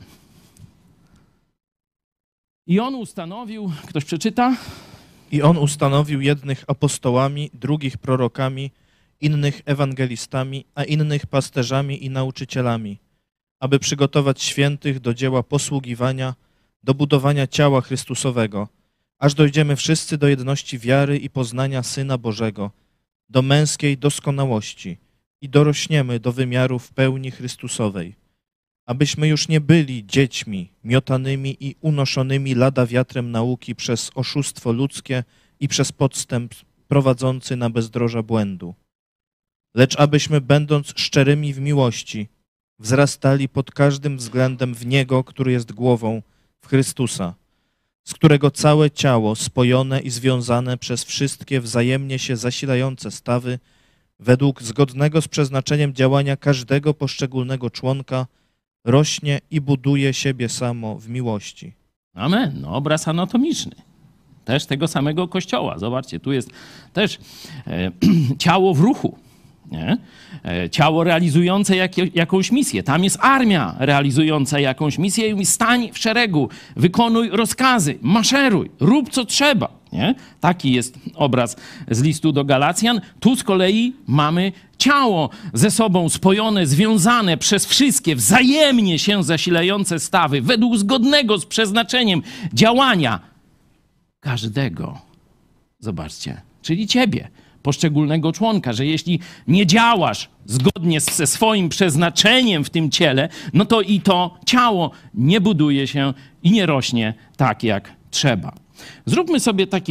I on ustanowił, ktoś przeczyta? I on ustanowił jednych apostołami, drugich prorokami, innych ewangelistami, a innych pasterzami i nauczycielami, aby przygotować świętych do dzieła posługiwania, do budowania ciała Chrystusowego, aż dojdziemy wszyscy do jedności wiary i poznania Syna Bożego, do męskiej doskonałości i dorośniemy do wymiaru w pełni Chrystusowej, abyśmy już nie byli dziećmi miotanymi i unoszonymi lada wiatrem nauki przez oszustwo ludzkie i przez podstęp prowadzący na bezdroża błędu, lecz abyśmy, będąc szczerymi w miłości, wzrastali pod każdym względem w Niego, który jest głową, w Chrystusa, z którego całe ciało spojone i związane przez wszystkie wzajemnie się zasilające stawy, według zgodnego z przeznaczeniem działania każdego poszczególnego członka, rośnie i buduje siebie samo w miłości. Amen. No, obraz anatomiczny. Też tego samego Kościoła. Zobaczcie, tu jest też ciało w ruchu. Nie? Ciało realizujące jakąś misję. Tam jest armia realizująca jakąś misję i stań w szeregu, wykonuj rozkazy, maszeruj, rób co trzeba. Nie? Taki jest obraz z listu do Galacjan. Tu z kolei mamy ciało ze sobą spojone, związane przez wszystkie wzajemnie się zasilające stawy, według zgodnego z przeznaczeniem działania każdego. Zobaczcie, czyli ciebie, poszczególnego członka, że jeśli nie działasz zgodnie ze swoim przeznaczeniem w tym ciele, no to i to ciało nie buduje się i nie rośnie tak, jak trzeba. Zróbmy sobie taki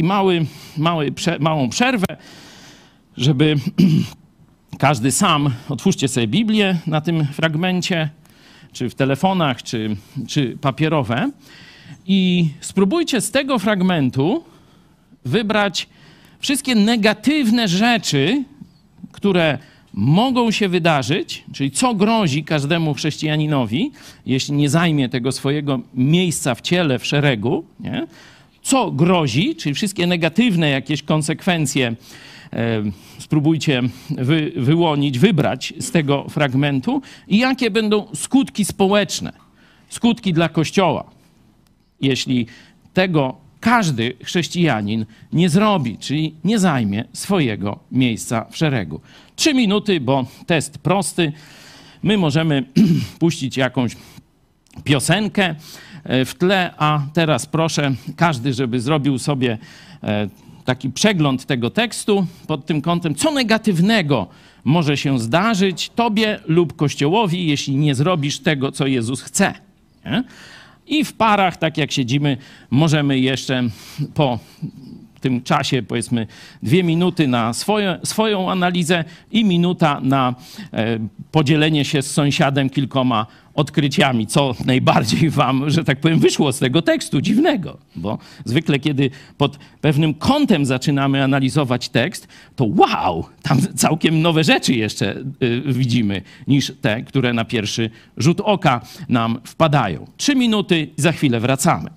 małą przerwę, żeby każdy sam, otwórzcie sobie Biblię na tym fragmencie, czy w telefonach, czy papierowe i spróbujcie z tego fragmentu wybrać wszystkie negatywne rzeczy, które mogą się wydarzyć, czyli co grozi każdemu chrześcijaninowi, jeśli nie zajmie tego swojego miejsca w ciele, w szeregu, nie? co grozi, czyli wszystkie negatywne jakieś konsekwencje spróbujcie wyłonić, wybrać z tego fragmentu i jakie będą skutki społeczne, skutki dla Kościoła, jeśli tego każdy chrześcijanin nie zrobi, czyli nie zajmie swojego miejsca w szeregu. 3 minuty, bo test prosty. My możemy puścić jakąś piosenkę w tle, a teraz proszę każdy, żeby zrobił sobie taki przegląd tego tekstu pod tym kątem, co negatywnego może się zdarzyć tobie lub Kościołowi, jeśli nie zrobisz tego, co Jezus chce. Nie? I w parach, tak jak siedzimy, możemy jeszcze po tym czasie, powiedzmy 2 minuty na swoją analizę i minuta na podzielenie się z sąsiadem kilkoma odkryciami, co najbardziej wam, że tak powiem, wyszło z tego tekstu dziwnego. Bo zwykle, kiedy pod pewnym kątem zaczynamy analizować tekst, to wow, tam całkiem nowe rzeczy jeszcze widzimy niż te, które na pierwszy rzut oka nam wpadają. 3 minuty i za chwilę wracamy.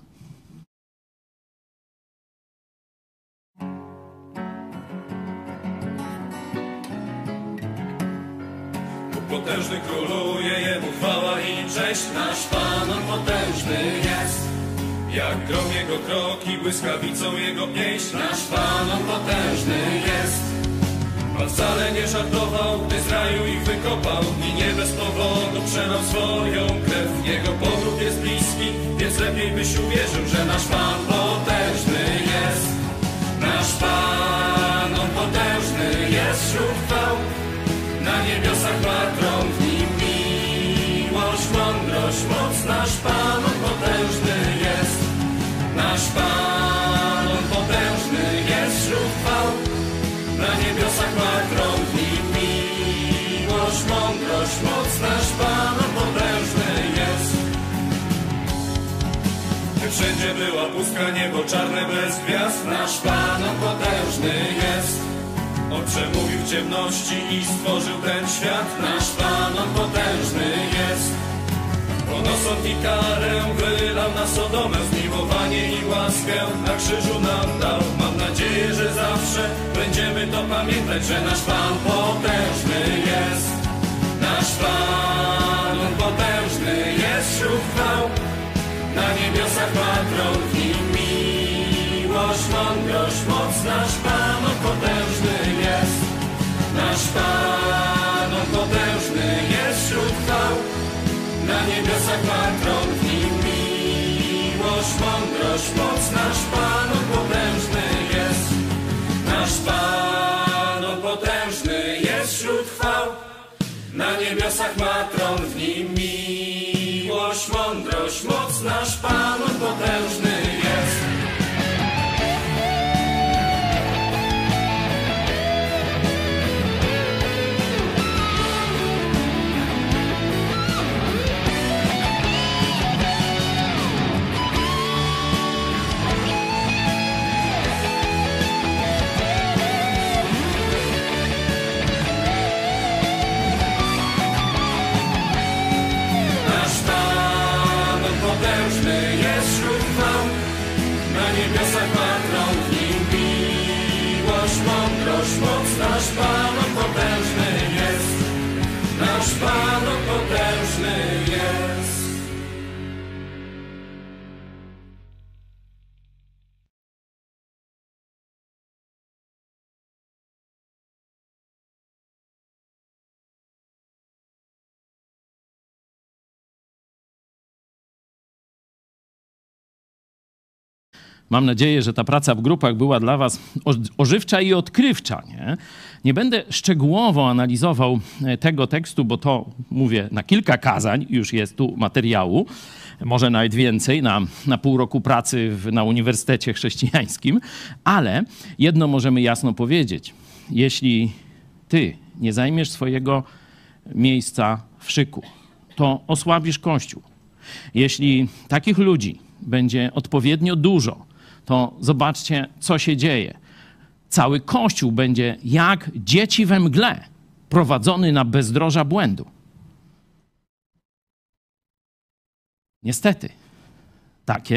Potężny króluje, Jemu chwała i cześć. Nasz Pan, On potężny jest. Jak grom Jego kroki, błyskawicą Jego pieśń. Nasz Pan, On potężny jest. Pan wcale nie żartował, gdy z raju ich wykopał i nie bez powodu przelał swoją krew. Jego powrót jest bliski, więc lepiej byś uwierzył, że nasz Pan potężny jest. Nasz Pan, On potężny jest wśród chwał. Na niebiosach ma tron, w nim miłość, mądrość, moc. Nasz Pan, On potężny jest. Nasz Pan, On potężny jest wśród chwał. Na niebiosach ma tron, w nim miłość, mądrość, moc. Nasz Pan, On potężny jest. Gdy wszędzie była pustka, niebo czarne bez gwiazd. Nasz Pan, On potężny jest. On przemówił w ciemności i stworzył ten świat. Nasz Pan, On potężny jest. On osąd i karę wylał na Sodomę, zmiłowanie i łaskę na krzyżu nam dał. Mam nadzieję, że zawsze będziemy to pamiętać, że nasz Pan potężny jest. Nasz Pan, On potężny jest wśród chwał. Na niebiosach ma tron, w nim miłość, mądrość, moc. Nasz Pan, On potężny jest. Nasz Pan, On potężny jest wśród chwał. Na niebiosach ma tron, w nim miłość, mądrość, moc. Nasz Pan, On potężny jest. Nasz Pan, On potężny jest wśród chwał. Na niebiosach ma tron, w nim miłość, mądrość, moc. Nasz Pan, On potężny jest. Nasz Pan, On potężny jest. Nasz Pan, On potężny jest. Mam nadzieję, że ta praca w grupach była dla was ożywcza i odkrywcza. Nie będę szczegółowo analizował tego tekstu, bo to, mówię, na kilka kazań już jest tu materiału, może nawet więcej, na pół roku pracy na Uniwersytecie Chrześcijańskim, ale jedno możemy jasno powiedzieć. Jeśli ty nie zajmiesz swojego miejsca w szyku, to osłabisz Kościół. Jeśli takich ludzi będzie odpowiednio dużo, to zobaczcie, co się dzieje. Cały Kościół będzie jak dzieci we mgle, prowadzony na bezdroża błędu. Niestety, takie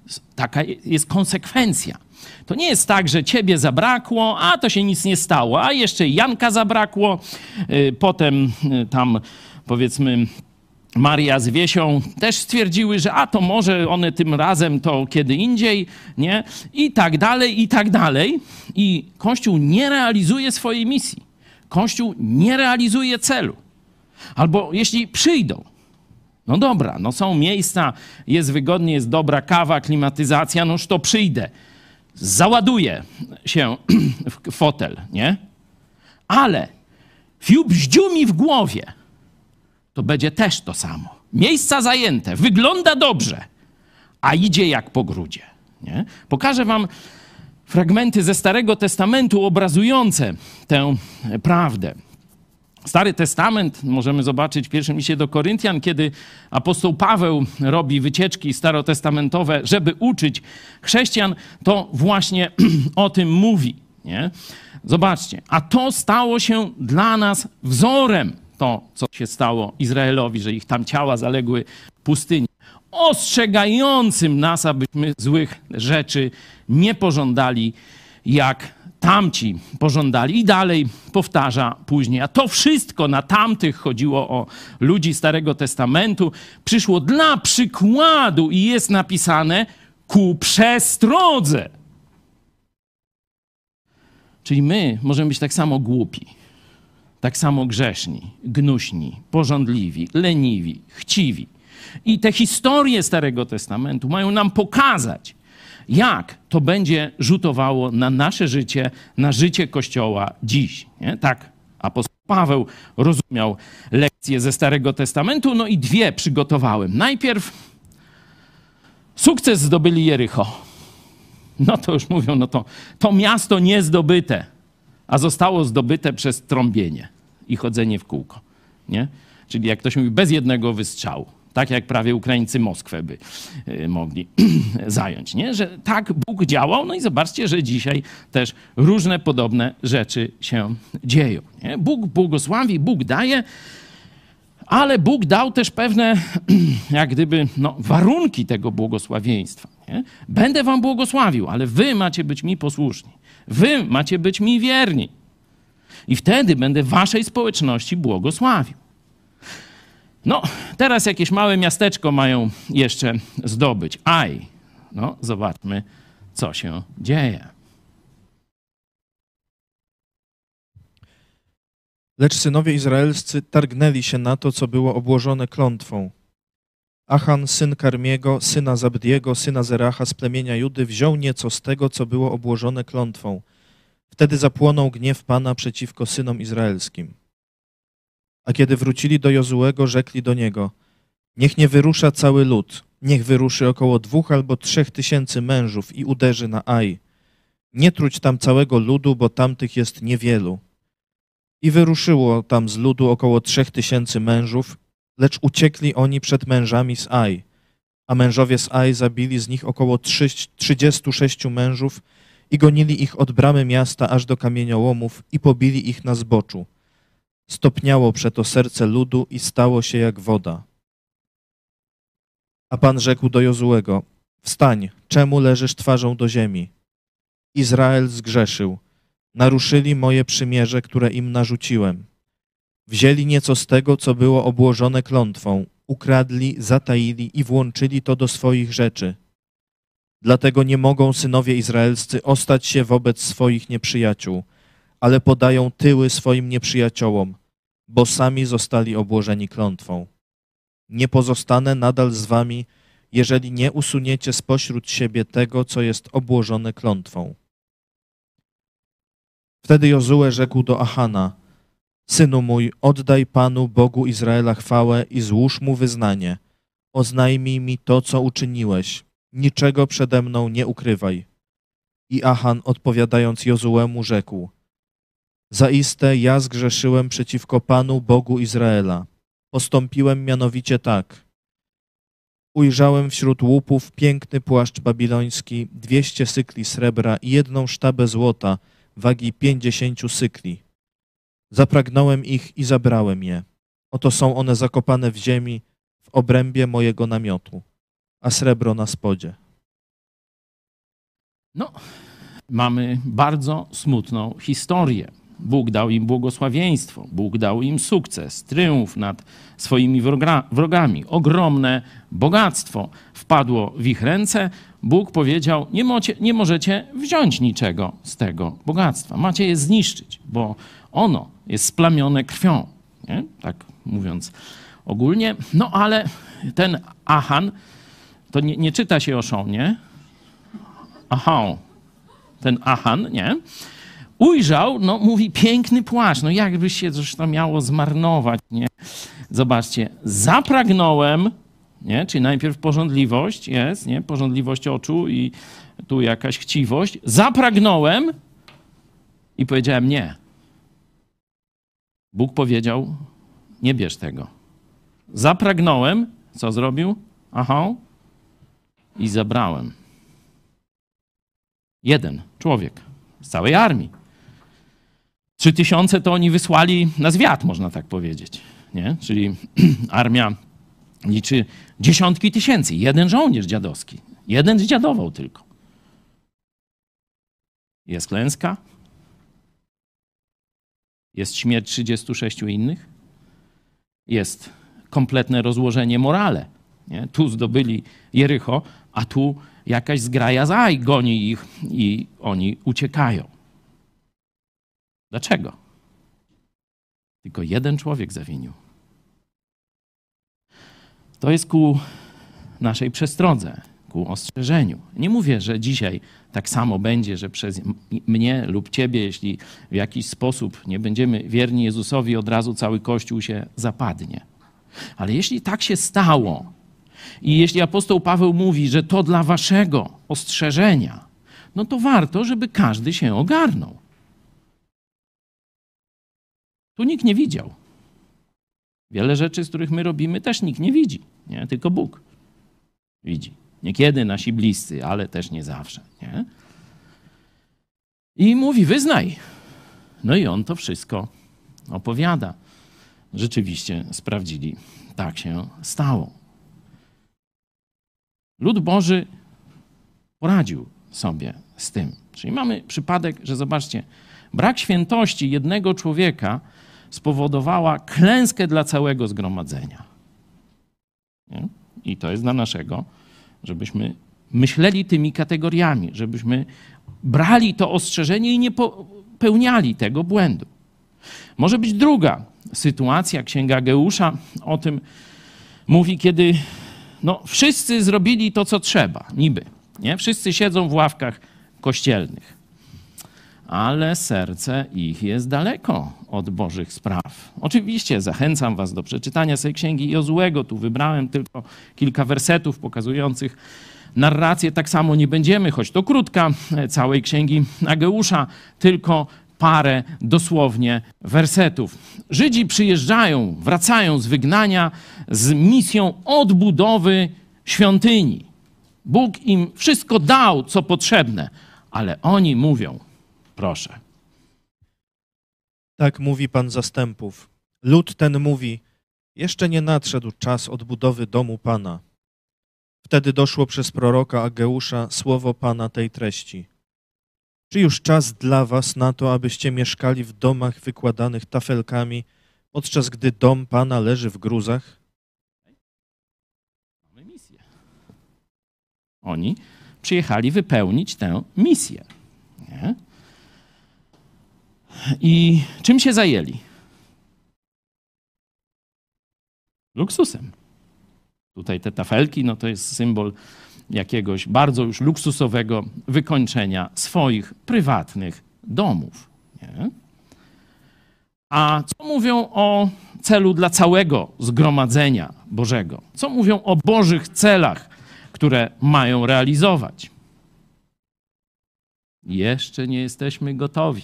Taka jest konsekwencja. To nie jest tak, że ciebie zabrakło, a to się nic nie stało, a jeszcze Janka zabrakło, potem tam powiedzmy Maria z Wiesią też stwierdziły, że a to może one tym razem to kiedy indziej, nie? I tak dalej, i tak dalej. I Kościół nie realizuje swojej misji. Kościół nie realizuje celu. Albo jeśli przyjdą, no dobra, no są miejsca, jest wygodnie, jest dobra kawa, klimatyzacja, noż to przyjdę. Załaduję się w fotel, nie? Ale bździu mi w głowie, to będzie też to samo. Miejsca zajęte, wygląda dobrze, a idzie jak po grudzie, nie? Pokażę wam fragmenty ze Starego Testamentu obrazujące tę prawdę. Stary Testament możemy zobaczyć w pierwszym liście do Koryntian, kiedy apostoł Paweł robi wycieczki starotestamentowe, żeby uczyć chrześcijan, to właśnie o tym mówi, nie? Zobaczcie, a to stało się dla nas wzorem, to co się stało Izraelowi, że ich tam ciała zaległy w pustyni, ostrzegającym nas, abyśmy złych rzeczy nie pożądali, jak tamci pożądali. I dalej powtarza później. A to wszystko na tamtych, chodziło o ludzi Starego Testamentu, przyszło dla przykładu i jest napisane ku przestrodze. Czyli my możemy być tak samo głupi, tak samo grzeszni, gnuśni, pożądliwi, leniwi, chciwi. I te historie Starego Testamentu mają nam pokazać, jak to będzie rzutowało na nasze życie, na życie Kościoła dziś. Nie? Tak apostoł Paweł rozumiał lekcje ze Starego Testamentu, no i dwie przygotowałem. Najpierw sukces zdobyli Jericho. No to już mówią, no to miasto nie zdobyte, a zostało zdobyte przez trąbienie i chodzenie w kółko. Nie? Czyli jak ktoś mówi, bez jednego wystrzału. Tak jak prawie Ukraińcy Moskwę by mogli zająć, nie? Że tak Bóg działał. No i zobaczcie, że dzisiaj też różne podobne rzeczy się dzieją. Nie? Bóg błogosławi, Bóg daje, ale Bóg dał też pewne jak gdyby warunki tego błogosławieństwa. Nie? Będę wam błogosławił, ale wy macie być mi posłuszni. Wy macie być mi wierni. I wtedy będę waszej społeczności błogosławił. No, teraz jakieś małe miasteczko mają jeszcze zdobyć. Aj, no zobaczmy, co się dzieje. Lecz synowie izraelscy targnęli się na to, co było obłożone klątwą. Achan, syn Karmiego, syna Zabdiego, syna Zeracha z plemienia Judy, wziął nieco z tego, co było obłożone klątwą. Wtedy zapłonął gniew Pana przeciwko synom izraelskim. A kiedy wrócili do Jozułego, rzekli do niego: niech nie wyrusza cały lud, niech wyruszy około 2 albo 3 tysięcy mężów i uderzy na Aj. Nie truć tam całego ludu, bo tamtych jest niewielu. I wyruszyło tam z ludu około 3 tysięcy mężów, lecz uciekli oni przed mężami z Aj. A mężowie z Aj zabili z nich około 36 mężów i gonili ich od bramy miasta aż do kamieniołomów i pobili ich na zboczu. Stopniało przeto serce ludu i stało się jak woda. A Pan rzekł do Jozułego: wstań, czemu leżysz twarzą do ziemi? Izrael zgrzeszył. Naruszyli moje przymierze, które im narzuciłem. Wzięli nieco z tego, co było obłożone klątwą, ukradli, zataili i włączyli to do swoich rzeczy. Dlatego nie mogą synowie izraelscy ostać się wobec swoich nieprzyjaciół, ale podają tyły swoim nieprzyjaciołom, bo sami zostali obłożeni klątwą. Nie pozostanę nadal z wami, jeżeli nie usuniecie spośród siebie tego, co jest obłożone klątwą. Wtedy Jozue rzekł do Achana: synu mój, oddaj Panu Bogu Izraela chwałę i złóż mu wyznanie. Oznajmij mi to, co uczyniłeś. Niczego przede mną nie ukrywaj. I Achan, odpowiadając Jozuemu, rzekł: zaiste ja zgrzeszyłem przeciwko Panu Bogu Izraela. Postąpiłem mianowicie tak. Ujrzałem wśród łupów piękny płaszcz babiloński, 200 sykli srebra i 1 sztabę złota wagi 50 sykli. Zapragnąłem ich i zabrałem je. Oto są one zakopane w ziemi w obrębie mojego namiotu, a srebro na spodzie. No, mamy bardzo smutną historię. Bóg dał im błogosławieństwo, Bóg dał im sukces, triumf nad swoimi wrogami. Ogromne bogactwo wpadło w ich ręce. Bóg powiedział, nie możecie wziąć niczego z tego bogactwa. Macie je zniszczyć, bo ono jest splamione krwią. Nie? Tak mówiąc ogólnie. No ale ten Achan, to nie czyta się o Szonie. Aha, ten Achan, nie? Ujrzał, no mówi, piękny płaszcz, no jakby się coś to miało zmarnować, nie? Zobaczcie, zapragnąłem, nie? Czyli najpierw pożądliwość jest, nie? Pożądliwość oczu i tu jakaś chciwość. Zapragnąłem i powiedziałem nie. Bóg powiedział, nie bierz tego. Zapragnąłem, co zrobił? Aha, i zabrałem. Jeden człowiek z całej armii. 3000 to oni wysłali na zwiat, można tak powiedzieć. Nie? Czyli armia liczy dziesiątki tysięcy. Jeden żołnierz dziadowski. Jeden zdziadował tylko. Jest klęska. Jest śmierć 36 innych. Jest kompletne rozłożenie morale. Nie? Tu zdobyli Jericho, a tu jakaś zgraja Zaj goni ich i oni uciekają. Dlaczego? Tylko jeden człowiek zawinił. To jest ku naszej przestrodze, ku ostrzeżeniu. Nie mówię, że dzisiaj tak samo będzie, że przez mnie lub ciebie, jeśli w jakiś sposób nie będziemy wierni Jezusowi, od razu cały Kościół się zapadnie. Ale jeśli tak się stało i jeśli apostoł Paweł mówi, że to dla waszego ostrzeżenia, no to warto, żeby każdy się ogarnął. Tu nikt nie widział. Wiele rzeczy, z których my robimy, też nikt nie widzi. Nie? Tylko Bóg widzi. Niekiedy nasi bliscy, ale też nie zawsze. Nie? I mówi, wyznaj. No i on to wszystko opowiada. Rzeczywiście sprawdzili. Tak się stało. Lud Boży poradził sobie z tym. Czyli mamy przypadek, że zobaczcie, brak świętości jednego człowieka spowodowała klęskę dla całego zgromadzenia. Nie? I to jest dla naszego, żebyśmy myśleli tymi kategoriami, żebyśmy brali to ostrzeżenie i nie popełniali tego błędu. Może być druga sytuacja, Księga Ageusza o tym mówi, kiedy wszyscy zrobili to, co trzeba, niby. Nie? Wszyscy siedzą w ławkach kościelnych. Ale serce ich jest daleko od Bożych spraw. Oczywiście zachęcam was do przeczytania tej księgi Jozuego. Tu wybrałem tylko kilka wersetów pokazujących narrację. Tak samo nie będziemy, choć to krótka, całej księgi Ageusza, tylko parę dosłownie wersetów. Żydzi przyjeżdżają, wracają z wygnania z misją odbudowy świątyni. Bóg im wszystko dał, co potrzebne, ale oni mówią, proszę. Tak mówi Pan zastępów. Lud ten mówi, jeszcze nie nadszedł czas odbudowy domu Pana. Wtedy doszło przez proroka Ageusza słowo Pana tej treści. Czy już czas dla was na to, abyście mieszkali w domach wykładanych tafelkami, podczas gdy dom Pana leży w gruzach? Mamy misję. Oni przyjechali wypełnić tę misję. Nie? I czym się zajęli? Luksusem. Tutaj te tafelki, to jest symbol jakiegoś bardzo już luksusowego wykończenia swoich prywatnych domów. Nie? A co mówią o celu dla całego zgromadzenia Bożego? Co mówią o Bożych celach, które mają realizować? Jeszcze nie jesteśmy gotowi.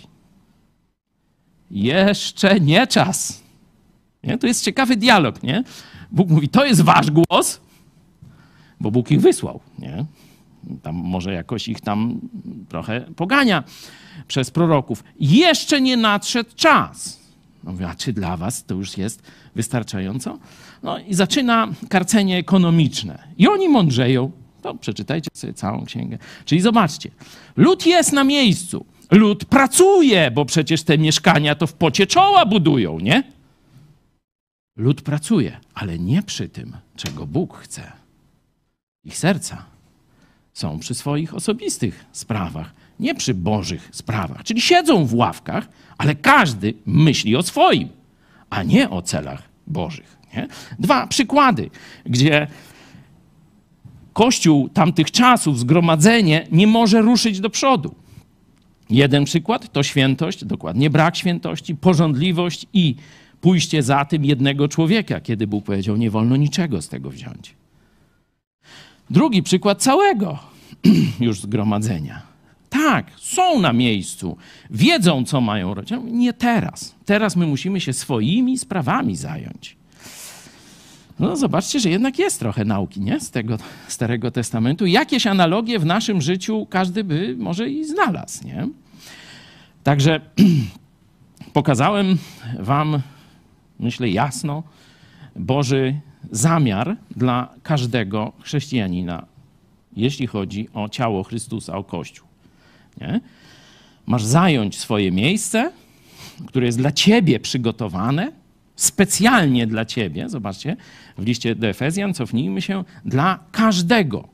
Jeszcze nie czas. Nie? To jest ciekawy dialog. Nie? Bóg mówi, to jest wasz głos, bo Bóg ich wysłał. Nie? Tam może jakoś ich tam trochę pogania przez proroków. Jeszcze nie nadszedł czas. Mówię, a czy dla was to już jest wystarczająco? I zaczyna karcenie ekonomiczne. I oni mądrzeją. To przeczytajcie sobie całą księgę. Czyli zobaczcie, lud jest na miejscu, lud pracuje, bo przecież te mieszkania to w pocie czoła budują, nie? Lud pracuje, ale nie przy tym, czego Bóg chce. Ich serca są przy swoich osobistych sprawach, nie przy Bożych sprawach. Czyli siedzą w ławkach, ale każdy myśli o swoim, a nie o celach Bożych. Nie? 2 przykłady, gdzie Kościół tamtych czasów, zgromadzenie nie może ruszyć do przodu. Jeden przykład to świętość, dokładnie brak świętości, pożądliwość i pójście za tym jednego człowieka, kiedy Bóg powiedział, nie wolno niczego z tego wziąć. Drugi przykład całego już zgromadzenia. Tak, są na miejscu, wiedzą, co mają robić. Nie teraz. Teraz my musimy się swoimi sprawami zająć. No zobaczcie, że jednak jest trochę nauki, nie? Z tego Starego Testamentu. Jakieś analogie w naszym życiu każdy by może i znalazł, nie? Także pokazałem wam, myślę jasno, Boży zamiar dla każdego chrześcijanina, jeśli chodzi o ciało Chrystusa, o Kościół. Nie? Masz zająć swoje miejsce, które jest dla ciebie przygotowane, specjalnie dla ciebie. Zobaczcie, w liście do Efezjan, cofnijmy się, dla każdego.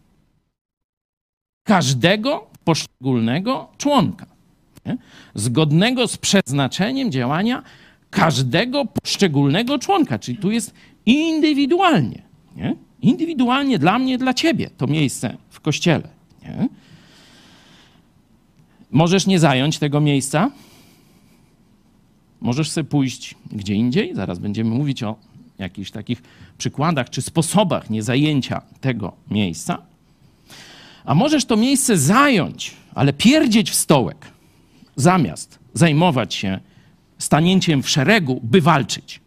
Każdego poszczególnego członka. Nie? Zgodnego z przeznaczeniem działania każdego poszczególnego członka. Czyli tu jest indywidualnie. Nie? Indywidualnie dla mnie, dla ciebie to miejsce w Kościele. Nie? Możesz nie zająć tego miejsca. Możesz sobie pójść gdzie indziej. Zaraz będziemy mówić o jakichś takich przykładach czy sposobach niezajęcia tego miejsca. A możesz to miejsce zająć, ale pierdzieć w stołek, zamiast zajmować się stanięciem w szeregu, by walczyć.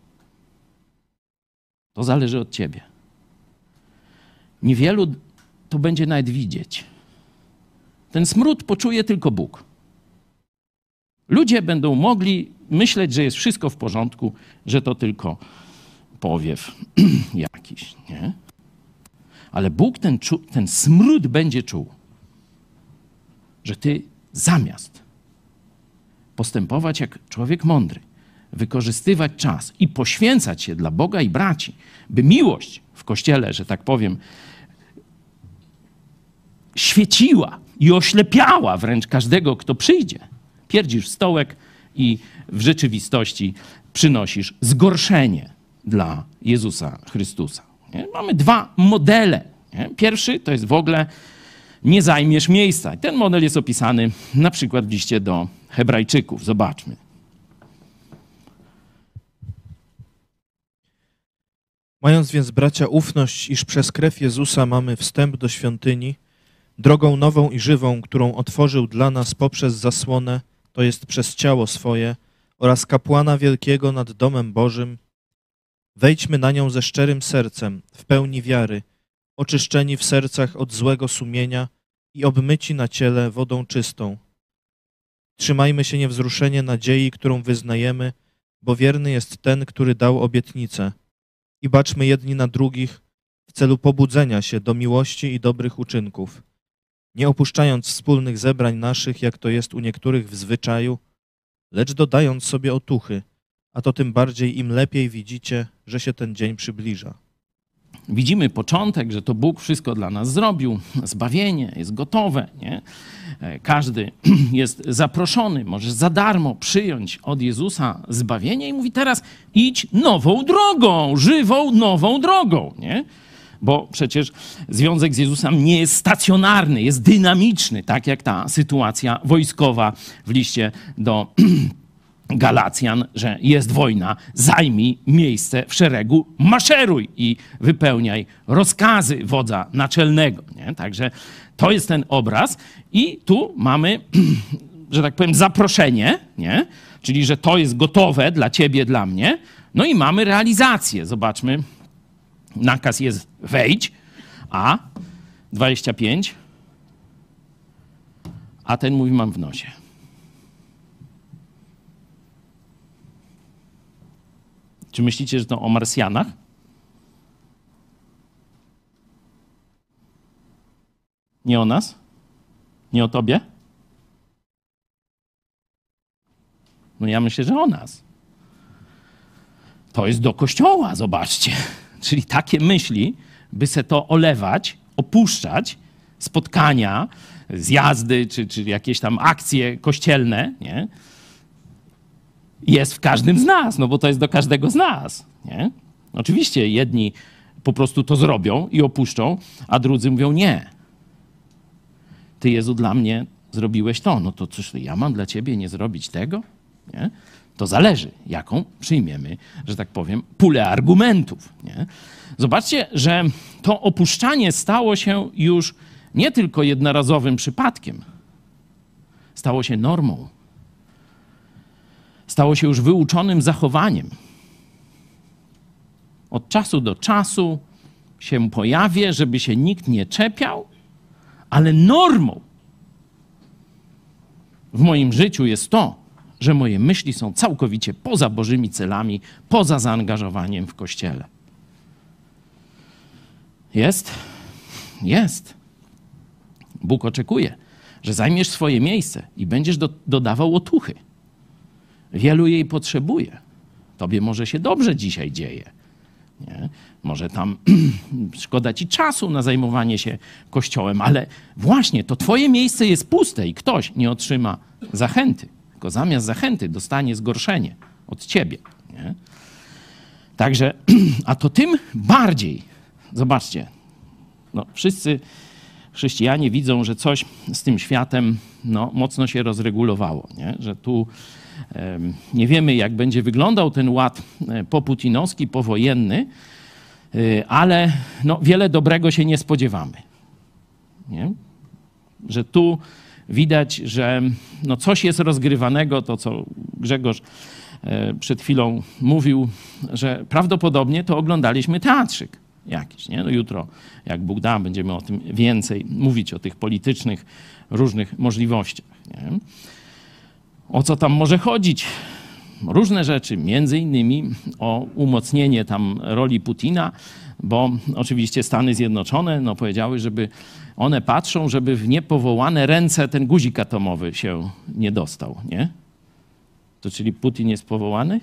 To zależy od ciebie. Niewielu to będzie nawet widzieć. Ten smród poczuje tylko Bóg. Ludzie będą mogli myśleć, że jest wszystko w porządku, że to tylko powiew jakiś, nie? Ale Bóg ten smród będzie czuł, że ty zamiast postępować jak człowiek mądry, wykorzystywać czas i poświęcać się dla Boga i braci, by miłość w Kościele, że tak powiem, świeciła i oślepiała wręcz każdego, kto przyjdzie. Pierdzisz stołek i w rzeczywistości przynosisz zgorszenie dla Jezusa Chrystusa. Nie? Mamy 2 modele. Nie? Pierwszy to jest w ogóle nie zajmiesz miejsca. Ten model jest opisany na przykład w liście do Hebrajczyków. Zobaczmy. Mając więc, bracia, ufność, iż przez krew Jezusa mamy wstęp do świątyni, drogą nową i żywą, którą otworzył dla nas poprzez zasłonę, to jest przez ciało swoje, oraz kapłana wielkiego nad domem Bożym, wejdźmy na nią ze szczerym sercem, w pełni wiary, oczyszczeni w sercach od złego sumienia i obmyci na ciele wodą czystą. Trzymajmy się niewzruszenie nadziei, którą wyznajemy, bo wierny jest ten, który dał obietnicę. I baczmy jedni na drugich w celu pobudzenia się do miłości i dobrych uczynków, nie opuszczając wspólnych zebrań naszych, jak to jest u niektórych w zwyczaju, lecz dodając sobie otuchy, a to tym bardziej im lepiej widzicie, że się ten dzień przybliża. Widzimy początek, że to Bóg wszystko dla nas zrobił, zbawienie jest gotowe, nie? Każdy jest zaproszony, możesz za darmo przyjąć od Jezusa zbawienie i mówi teraz idź nową drogą, żywą nową drogą, nie? Bo przecież związek z Jezusem nie jest stacjonarny, jest dynamiczny, tak jak ta sytuacja wojskowa w liście do Galacjan, że jest wojna, zajmij miejsce w szeregu, maszeruj i wypełniaj rozkazy wodza naczelnego. Nie? Także to jest ten obraz i tu mamy, że tak powiem, zaproszenie, nie? Czyli że to jest gotowe dla ciebie, dla mnie. No i mamy realizację. Zobaczmy, nakaz jest wejdź, a 25, a ten mówi mam w nosie. Czy myślicie, że to o Marsjanach? Nie o nas? Nie o tobie? No ja myślę, że o nas. To jest do Kościoła, zobaczcie. Czyli takie myśli, by se to olewać, opuszczać, spotkania, zjazdy, czy jakieś tam akcje kościelne, nie? Jest w każdym z nas, no bo to jest do każdego z nas, nie? Oczywiście jedni po prostu to zrobią i opuszczą, a drudzy mówią nie. Ty, Jezu, dla mnie zrobiłeś to, no to cóż, ja mam dla ciebie nie zrobić tego? Nie? To zależy, jaką przyjmiemy, że tak powiem, pulę argumentów. Nie? Zobaczcie, że to opuszczanie stało się już nie tylko jednorazowym przypadkiem. Stało się normą. Stało się już wyuczonym zachowaniem. Od czasu do czasu się pojawia, żeby się nikt nie czepiał, ale normą w moim życiu jest to, że moje myśli są całkowicie poza Bożymi celami, poza zaangażowaniem w Kościele. Jest? Jest. Bóg oczekuje, że zajmiesz swoje miejsce i będziesz dodawał otuchy. Wielu jej potrzebuje. Tobie może się dobrze dzisiaj dzieje. Nie? Może tam szkoda ci czasu na zajmowanie się Kościołem, ale właśnie to twoje miejsce jest puste i ktoś nie otrzyma zachęty, tylko zamiast zachęty dostanie zgorszenie od ciebie. Nie? Także, a to tym bardziej, zobaczcie, no, wszyscy chrześcijanie widzą, że coś z tym światem no, mocno się rozregulowało, nie? Że tu nie wiemy, jak będzie wyglądał ten ład poputinowski, powojenny, ale no, wiele dobrego się nie spodziewamy. Nie? Że tu widać, że no, coś jest rozgrywanego, to co Grzegorz przed chwilą mówił, że prawdopodobnie to oglądaliśmy teatrzyk jakiś. Nie? No, jutro, jak Bóg da, będziemy o tym więcej mówić, o tych politycznych różnych możliwościach. Nie? O co tam może chodzić? Różne rzeczy, między innymi o umocnienie tam roli Putina, bo oczywiście Stany Zjednoczone no, powiedziały, żeby one patrzą, żeby w niepowołane ręce ten guzik atomowy się nie dostał, nie? To czyli Putin jest powołany?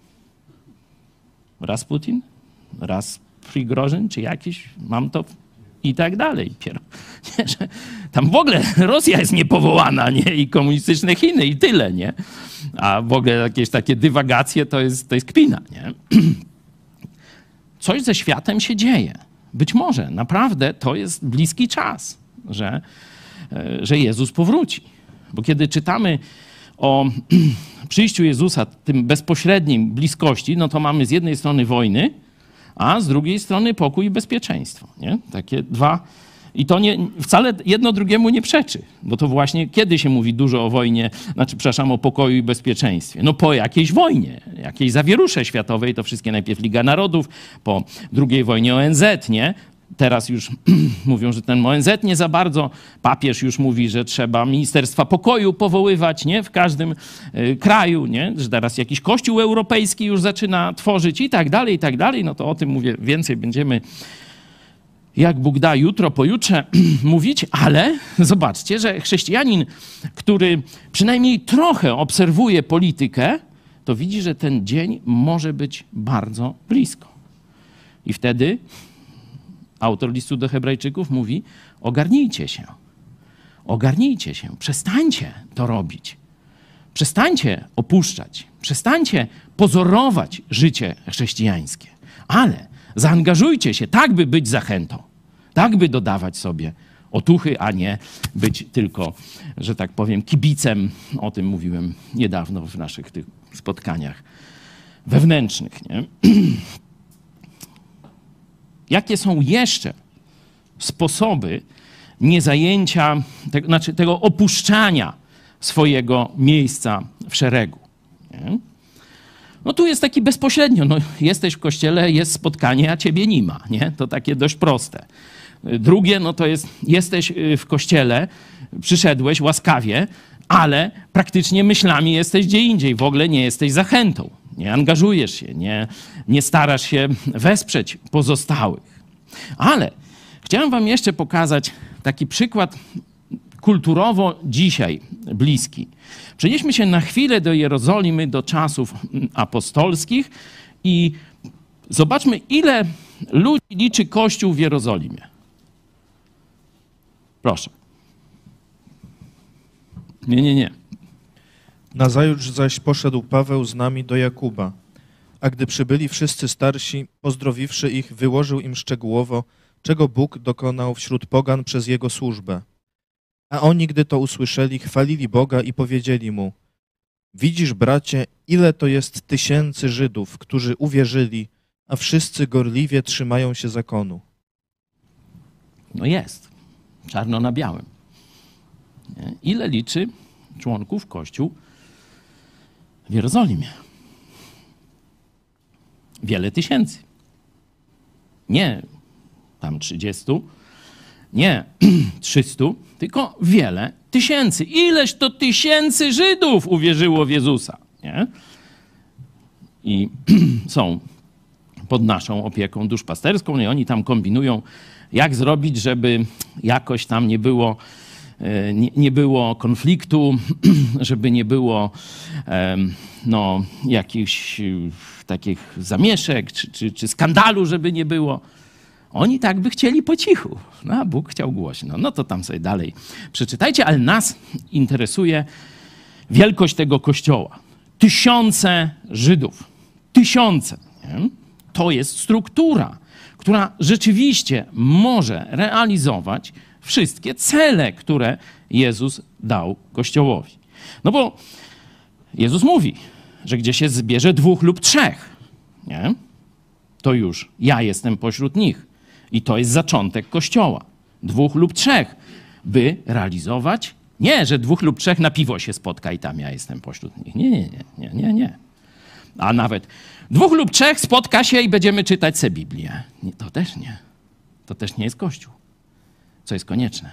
Raz Putin? Raz Prigorzyn, czy jakiś? Mam to i tak dalej. Nie, że tam w ogóle Rosja jest niepowołana, nie? I komunistyczne Chiny i tyle, nie? A w ogóle jakieś takie dywagacje to jest kpina, nie? Coś ze światem się dzieje. Być może naprawdę to jest bliski czas, że Jezus powróci. Bo kiedy czytamy o przyjściu Jezusa, tym bezpośrednim bliskości, no to mamy z jednej strony wojny, a z drugiej strony pokój i bezpieczeństwo. Nie? Takie dwa. I to nie, wcale jedno drugiemu nie przeczy, bo to właśnie kiedy się mówi dużo o wojnie, o pokoju i bezpieczeństwie? No po jakiejś wojnie, jakiejś zawierusze światowej, to wszystkie najpierw Liga Narodów, po II wojnie ONZ, nie? Teraz już mówią, że ten ONZ nie za bardzo. Papież już mówi, że trzeba Ministerstwa Pokoju powoływać, nie? W każdym kraju, nie? Że teraz jakiś Kościół Europejski już zaczyna tworzyć i tak dalej, i tak dalej. No to o tym mówię, więcej będziemy, jak Bóg da, jutro, pojutrze mówić, ale zobaczcie, że chrześcijanin, który przynajmniej trochę obserwuje politykę, to widzi, że ten dzień może być bardzo blisko. I wtedy autor listu do Hebrajczyków mówi: ogarnijcie się, przestańcie to robić. Przestańcie opuszczać, przestańcie pozorować życie chrześcijańskie, ale zaangażujcie się tak, by być zachętą, tak, by dodawać sobie otuchy, a nie być tylko, że tak powiem, kibicem. O tym mówiłem niedawno w naszych tych spotkaniach wewnętrznych, nie? Jakie są jeszcze sposoby niezajęcia, tego opuszczania swojego miejsca w szeregu? Nie? No tu jest taki bezpośrednio, no jesteś w kościele, jest spotkanie, a ciebie nie ma, nie? To takie dość proste. Drugie, no to jest, jesteś w kościele, przyszedłeś łaskawie, ale praktycznie myślami jesteś gdzie indziej, w ogóle nie jesteś zachętą. Nie angażujesz się, nie starasz się wesprzeć pozostałych. Ale Chciałem wam jeszcze pokazać taki przykład kulturowo dzisiaj bliski. Przenieśmy się na chwilę do Jerozolimy, do czasów apostolskich i zobaczmy, ile ludzi liczy Kościół w Jerozolimie. Proszę. Nie. Nazajutrz zaś poszedł Paweł z nami do Jakuba. A gdy przybyli wszyscy starsi, pozdrowiwszy ich, wyłożył im szczegółowo, czego Bóg dokonał wśród pogan przez jego służbę. A oni, gdy to usłyszeli, chwalili Boga i powiedzieli mu: widzisz, bracie, ile to jest tysięcy Żydów, którzy uwierzyli, a wszyscy gorliwie trzymają się zakonu. No jest. Czarno na białym. Nie? Ile liczy członków Kościół w Jerozolimie? Wiele tysięcy. Nie tam 30, nie 300, tylko wiele tysięcy. Ileż to tysięcy Żydów uwierzyło w Jezusa. Nie? I są pod naszą opieką duszpasterską i oni tam kombinują, jak zrobić, żeby jakoś tam nie było konfliktu, żeby nie było jakichś takich zamieszek czy skandalu, żeby nie było. Oni tak by chcieli po cichu, a Bóg chciał głośno. No to tam sobie dalej przeczytajcie, ale nas interesuje wielkość tego kościoła. Tysiące Żydów. Tysiące. Nie? To jest struktura, która rzeczywiście może realizować wszystkie cele, które Jezus dał Kościołowi. No bo Jezus mówi, że gdzie się zbierze 2 lub 3, nie? To już ja jestem pośród nich. I to jest zaczątek Kościoła. 2 lub 3, by realizować. Nie, że 2 lub 3 na piwo się spotka i tam ja jestem pośród nich. Nie. A nawet 2 lub 3 spotka się i będziemy czytać sobie Biblię. Nie, to też nie. To też nie jest Kościół. Co jest konieczne?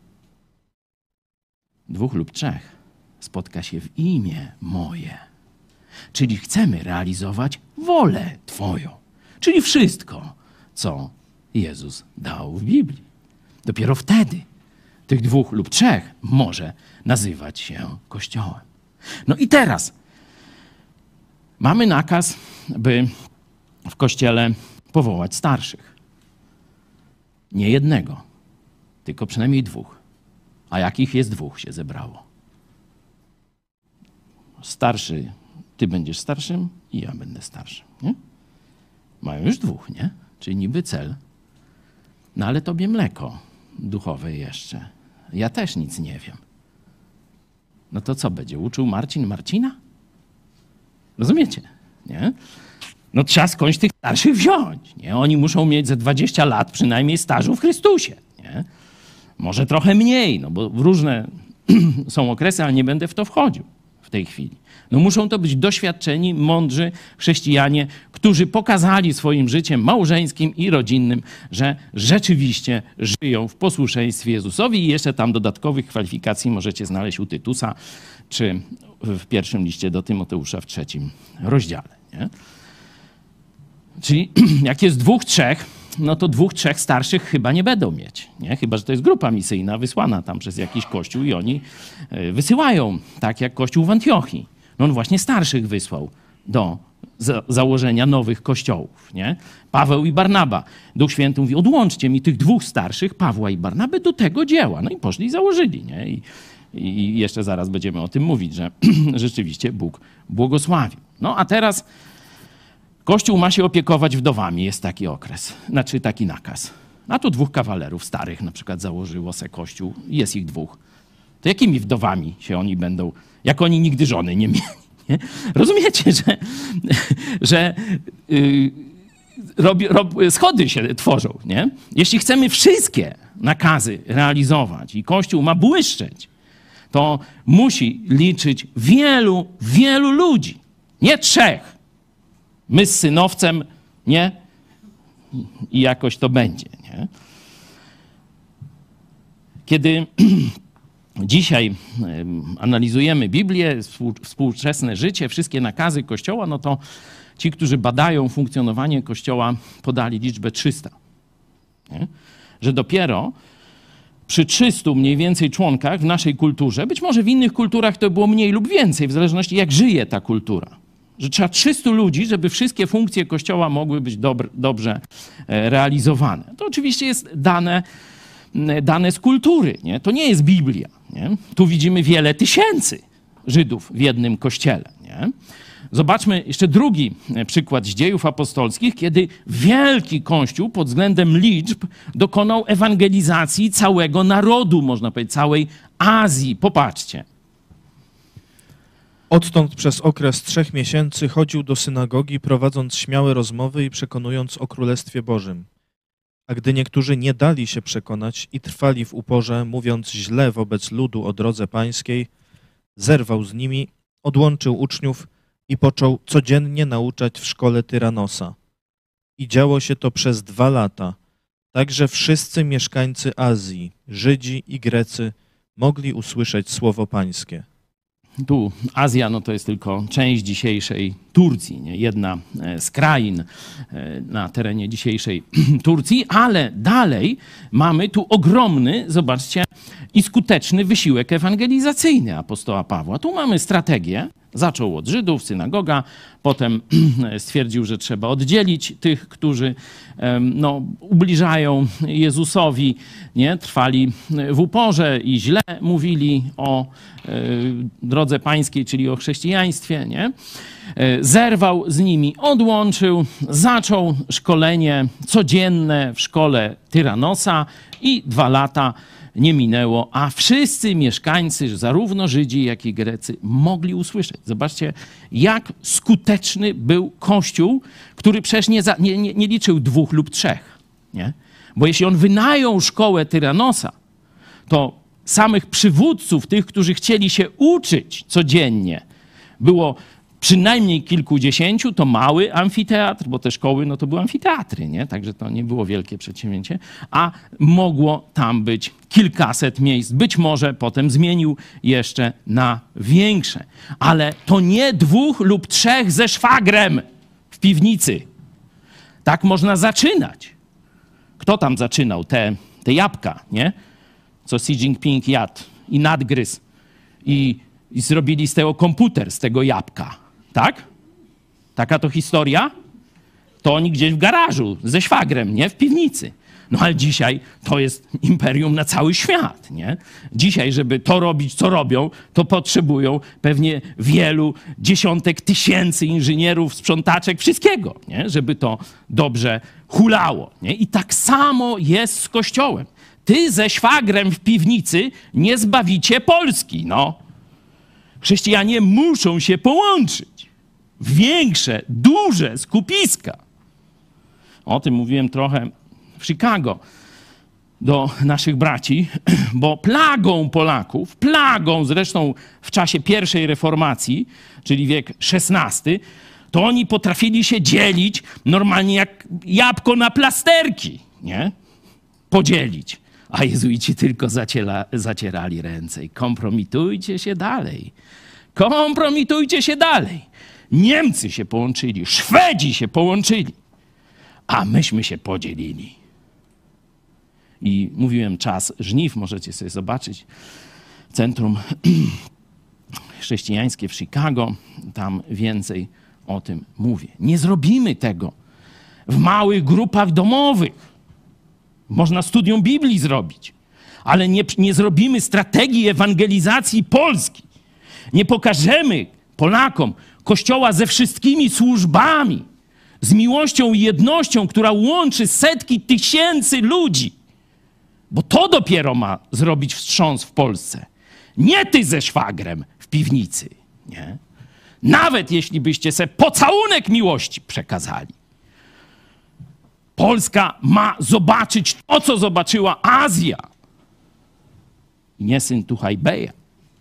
2 lub 3 spotka się w imię moje. Czyli chcemy realizować wolę Twoją. Czyli wszystko, co Jezus dał w Biblii. Dopiero wtedy tych 2 lub 3 może nazywać się Kościołem. No i teraz mamy nakaz, by w Kościele powołać starszych. Nie jednego, tylko przynajmniej 2. A jakich jest 2 się zebrało? Starszy, ty będziesz starszym i ja będę starszym. Nie? Mają już 2, nie? Czyli niby cel. No ale tobie mleko duchowe jeszcze. Ja też nic nie wiem. No to co będzie? Uczył Marcin Marcina? Rozumiecie? Nie? No trzeba skądś tych starszych wziąć. Nie? Oni muszą mieć ze 20 lat przynajmniej stażu w Chrystusie. Nie? Może trochę mniej, no bo różne są okresy, ale nie będę w to wchodził w tej chwili. No muszą to być doświadczeni, mądrzy chrześcijanie, którzy pokazali swoim życiem małżeńskim i rodzinnym, że rzeczywiście żyją w posłuszeństwie Jezusowi i jeszcze tam dodatkowych kwalifikacji możecie znaleźć u Tytusa czy w pierwszym liście do Tymoteusza w 3 rozdziale. Nie? Czyli jak jest 2, 3, no to 2, 3 starszych chyba nie będą mieć. Nie? Chyba że to jest grupa misyjna wysłana tam przez jakiś kościół i oni wysyłają, tak jak kościół w Antiochii. No on właśnie starszych wysłał do założenia nowych kościołów. Nie? Paweł i Barnaba. Duch Święty mówi, odłączcie mi tych 2 starszych, Pawła i Barnaby, do tego dzieła. No i poszli i założyli. Nie? I jeszcze zaraz będziemy o tym mówić, że rzeczywiście Bóg błogosławił. No a teraz Kościół ma się opiekować wdowami, jest taki okres, znaczy taki nakaz. A tu 2 kawalerów starych na przykład założyło se Kościół, jest ich 2. To jakimi wdowami się oni będą, jak oni nigdy żony nie mieli? Nie? Rozumiecie, że schody się tworzą, nie? Jeśli chcemy wszystkie nakazy realizować i Kościół ma błyszczeć, to musi liczyć wielu ludzi, nie 3. My z synowcem, nie? I jakoś to będzie, nie? Kiedy dzisiaj analizujemy Biblię, współczesne życie, wszystkie nakazy Kościoła, no to ci, którzy badają funkcjonowanie Kościoła, podali liczbę 300. Nie? że dopiero przy 300 mniej więcej członkach w naszej kulturze, być może w innych kulturach to było mniej lub więcej, w zależności jak żyje ta kultura, że trzeba 300 ludzi, żeby wszystkie funkcje Kościoła mogły być dobrze realizowane. To oczywiście jest dane z kultury, nie? To nie jest Biblia. Nie? Tu widzimy wiele tysięcy Żydów w jednym kościele. Nie? Zobaczmy jeszcze drugi przykład z Dziejów Apostolskich, kiedy wielki Kościół pod względem liczb dokonał ewangelizacji całego narodu, można powiedzieć, całej Azji. Popatrzcie. Odtąd przez okres 3 miesięcy chodził do synagogi, prowadząc śmiałe rozmowy i przekonując o Królestwie Bożym. A gdy niektórzy nie dali się przekonać i trwali w uporze, mówiąc źle wobec ludu o drodze pańskiej, zerwał z nimi, odłączył uczniów i począł codziennie nauczać w szkole Tyranosa. I działo się to przez 2 lata, tak że wszyscy mieszkańcy Azji, Żydzi i Grecy, mogli usłyszeć słowo pańskie. Tu Azja no to jest tylko część dzisiejszej Turcji, nie? Jedna z krain na terenie dzisiejszej Turcji, ale dalej mamy tu ogromny, zobaczcie, i skuteczny wysiłek ewangelizacyjny apostoła Pawła. Tu mamy strategię. Zaczął od Żydów, synagoga, potem stwierdził, że trzeba oddzielić tych, którzy ubliżają Jezusowi, nie? Trwali w uporze i źle mówili o drodze pańskiej, czyli o chrześcijaństwie. Nie? Zerwał z nimi, odłączył, zaczął szkolenie codzienne w szkole Tyranosa i 2 lata nie minęło, a wszyscy mieszkańcy, zarówno Żydzi, jak i Grecy, mogli usłyszeć. Zobaczcie, jak skuteczny był Kościół, który przecież nie liczył 2 lub 3. Nie? Bo jeśli on wynajął szkołę Tyranosa, to samych przywódców, tych, którzy chcieli się uczyć codziennie, było przynajmniej kilkudziesięciu, to mały amfiteatr, bo te szkoły no to były amfiteatry, nie? Także to nie było wielkie przedsięwzięcie, a mogło tam być kilkaset miejsc. Być może potem zmienił jeszcze na większe. Ale to nie 2 lub 3 ze szwagrem w piwnicy. Tak można zaczynać. Kto tam zaczynał? Te jabłka, nie? Co Xi Jinping jadł i nadgryzł i zrobili z tego komputer, z tego jabłka. Tak? Taka to historia? To oni gdzieś w garażu ze szwagrem, nie? W piwnicy. No ale dzisiaj to jest imperium na cały świat, nie? Dzisiaj, żeby to robić, co robią, to potrzebują pewnie wielu dziesiątek tysięcy inżynierów, sprzątaczek, wszystkiego, nie? Żeby to dobrze hulało, nie? I tak samo jest z Kościołem. Ty ze szwagrem w piwnicy nie zbawicie Polski, no. Chrześcijanie muszą się połączyć w większe, duże skupiska. O tym mówiłem trochę w Chicago do naszych braci, bo plagą Polaków, plagą zresztą w czasie pierwszej reformacji, czyli wiek XVI, to oni potrafili się dzielić normalnie jak jabłko na plasterki, nie? Podzielić. A jezuici tylko zacierali ręce i kompromitujcie się dalej. Kompromitujcie się dalej. Niemcy się połączyli, Szwedzi się połączyli, a myśmy się podzielili. I mówiłem, czas żniw, możecie sobie zobaczyć. Centrum chrześcijańskie w Chicago, tam więcej o tym mówię. Nie zrobimy tego w małych grupach domowych. Można studium Biblii zrobić, ale nie zrobimy strategii ewangelizacji Polski. Nie pokażemy Polakom Kościoła ze wszystkimi służbami, z miłością i jednością, która łączy setki tysięcy ludzi. Bo to dopiero ma zrobić wstrząs w Polsce. Nie ty ze szwagrem w piwnicy. Nie? Nawet jeśli byście sobie pocałunek miłości przekazali. Polska ma zobaczyć to, co zobaczyła Azja. I nie syn Tuchajbeja.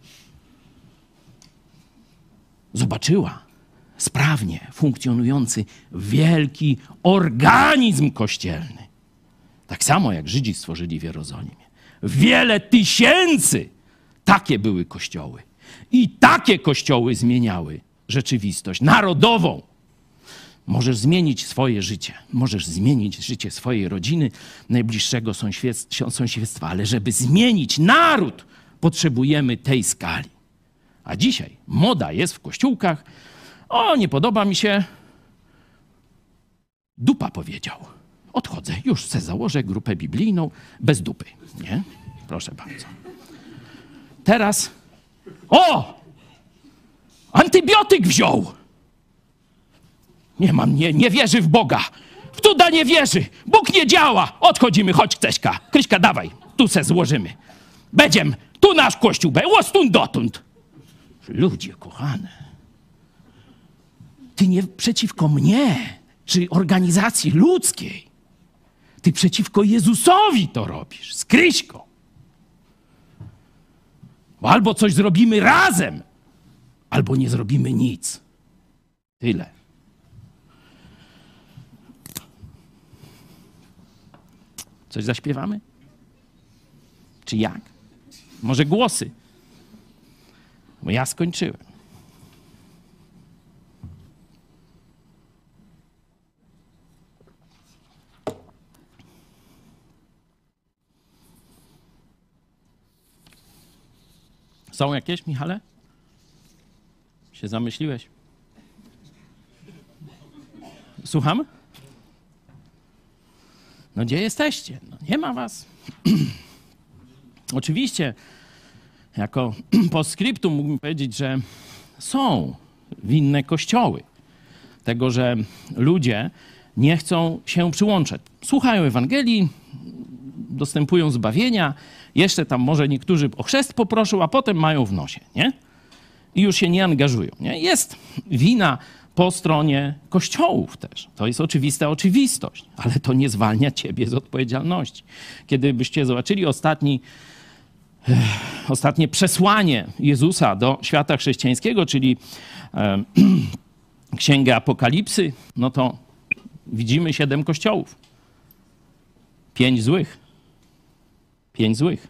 Zobaczyła sprawnie funkcjonujący wielki organizm kościelny. Tak samo jak Żydzi stworzyli w Jerozolimie. Wiele tysięcy takie były kościoły. I takie kościoły zmieniały rzeczywistość narodową. Możesz zmienić swoje życie, możesz zmienić życie swojej rodziny, najbliższego sąsiedztwa, ale żeby zmienić naród, potrzebujemy tej skali. A dzisiaj moda jest w kościółkach, o, nie podoba mi się, dupa powiedział. Odchodzę, już se założę grupę biblijną bez dupy, nie? Proszę bardzo. Teraz, o! Antybiotyk wziął! Nie wierzy w Boga. W cuda nie wierzy. Bóg nie działa. Odchodzimy, chodź Krzyśka. Kryśka, dawaj, tu se złożymy. Będziem, tu nasz kościół, stąd dotąd. Ludzie kochane, ty nie przeciwko mnie, czy organizacji ludzkiej. Ty przeciwko Jezusowi to robisz, z Kryśką. Bo albo coś zrobimy razem, albo nie zrobimy nic. Tyle. Coś zaśpiewamy? Czy jak? Może głosy? Bo ja skończyłem. Są jakieś, Michale? Się zamyśliłeś? Słucham? No gdzie jesteście? No, nie ma was. Oczywiście, jako postscriptum mógłbym powiedzieć, że są winne kościoły tego, że ludzie nie chcą się przyłączać. Słuchają Ewangelii, dostępują zbawienia, jeszcze tam może niektórzy o chrzest poproszą, a potem mają w nosie, nie? I już się nie angażują, nie? Jest wina po stronie kościołów też. To jest oczywista oczywistość, ale to nie zwalnia ciebie z odpowiedzialności. Kiedy byście zobaczyli ostatnie przesłanie Jezusa do świata chrześcijańskiego, czyli Księgę Apokalipsy, no to widzimy 7 kościołów. 5 złych. 5 złych.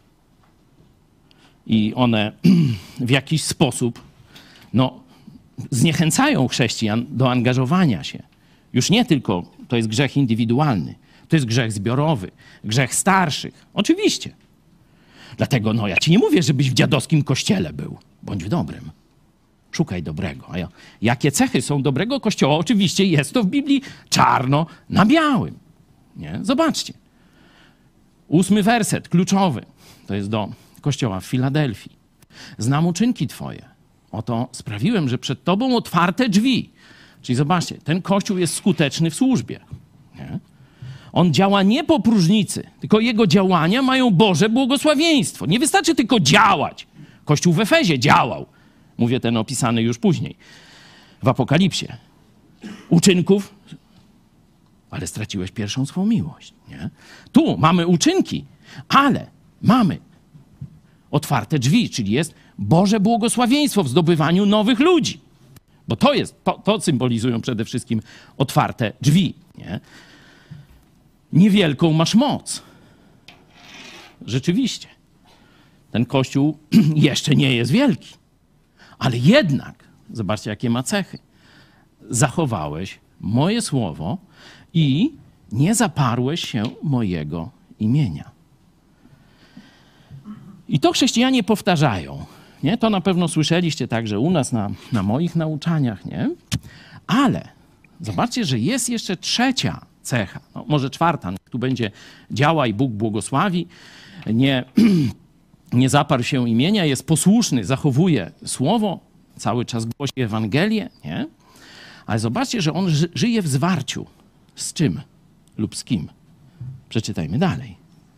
I one w jakiś sposób, no, zniechęcają chrześcijan do angażowania się. Już nie tylko to jest grzech indywidualny, to jest grzech zbiorowy, grzech starszych. Oczywiście. Dlatego, no, ja ci nie mówię, żebyś w dziadowskim kościele był. Bądź w dobrym. Szukaj dobrego. A jakie cechy są dobrego kościoła? Oczywiście jest to w Biblii czarno na białym. Nie? Zobaczcie. 8 werset, kluczowy. To jest do kościoła w Filadelfii. Znam uczynki twoje. Oto sprawiłem, że przed tobą otwarte drzwi. Czyli zobaczcie, ten kościół jest skuteczny w służbie. Nie? On działa nie po próżnicy, tylko jego działania mają Boże błogosławieństwo. Nie wystarczy tylko działać. Kościół w Efezie działał. Mówię ten opisany już później w Apokalipsie. Uczynków, ale straciłeś pierwszą swą miłość. Nie? Tu mamy uczynki, ale mamy otwarte drzwi, czyli jest Boże błogosławieństwo w zdobywaniu nowych ludzi. Bo to symbolizują przede wszystkim otwarte drzwi. Nie? Niewielką masz moc. Rzeczywiście. Ten kościół jeszcze nie jest wielki. Ale jednak, zobaczcie, jakie ma cechy. Zachowałeś moje słowo i nie zaparłeś się mojego imienia. I to chrześcijanie powtarzają. Nie? To na pewno słyszeliście także u nas na moich nauczaniach. Nie? Ale zobaczcie, że jest jeszcze trzecia cecha. No, może czwarta. Tu będzie działaj, Bóg błogosławi. Nie zaparł się imienia, jest posłuszny, zachowuje słowo, cały czas głosi Ewangelię. Nie? Ale zobaczcie, że on żyje w zwarciu. Z czym lub z kim? Przeczytajmy dalej.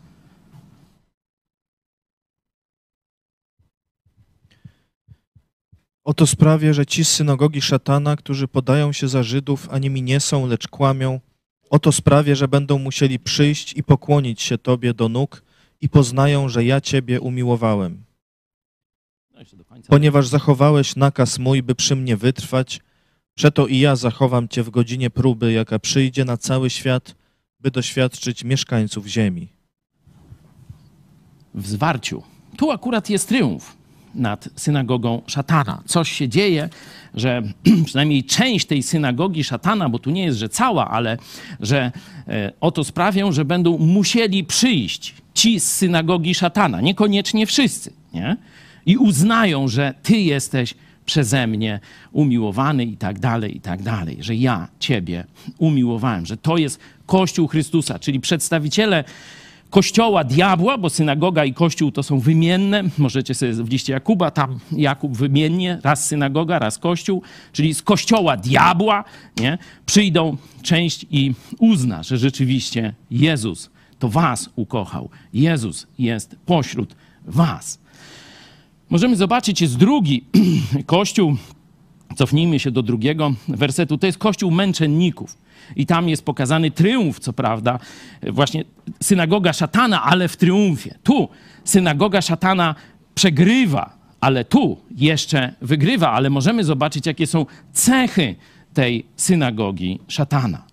Oto sprawię, że ci z synagogi szatana, którzy podają się za Żydów, a nimi nie są, lecz kłamią, oto sprawię, że będą musieli przyjść i pokłonić się Tobie do nóg i poznają, że ja Ciebie umiłowałem. Ponieważ zachowałeś nakaz mój, by przy mnie wytrwać, przeto i ja zachowam Cię w godzinie próby, jaka przyjdzie na cały świat, by doświadczyć mieszkańców ziemi. W zwarciu. Tu akurat jest triumf. nad synagogą szatana. Coś się dzieje, że przynajmniej część tej synagogi szatana, bo tu nie jest, że cała, ale że oto sprawią, że będą musieli przyjść ci z synagogi szatana, niekoniecznie wszyscy, nie? I uznają, że ty jesteś przeze mnie umiłowany i tak dalej, że ja ciebie umiłowałem, że to jest Kościół Chrystusa, czyli przedstawiciele Kościoła diabła, bo synagoga i Kościół to są wymienne. Możecie sobie w liście Jakuba, tam Jakub wymiennie, raz synagoga, raz Kościół, czyli z Kościoła diabła, nie? Przyjdą część i uzna, że rzeczywiście Jezus to was ukochał. Jezus jest pośród was. Możemy zobaczyć, jest drugi Kościół, cofnijmy się do drugiego wersetu, to jest Kościół męczenników. I tam jest pokazany triumf, co prawda, właśnie synagoga szatana, ale w triumfie. Tu synagoga szatana przegrywa, ale tu jeszcze wygrywa. Ale możemy zobaczyć, jakie są cechy tej synagogi szatana.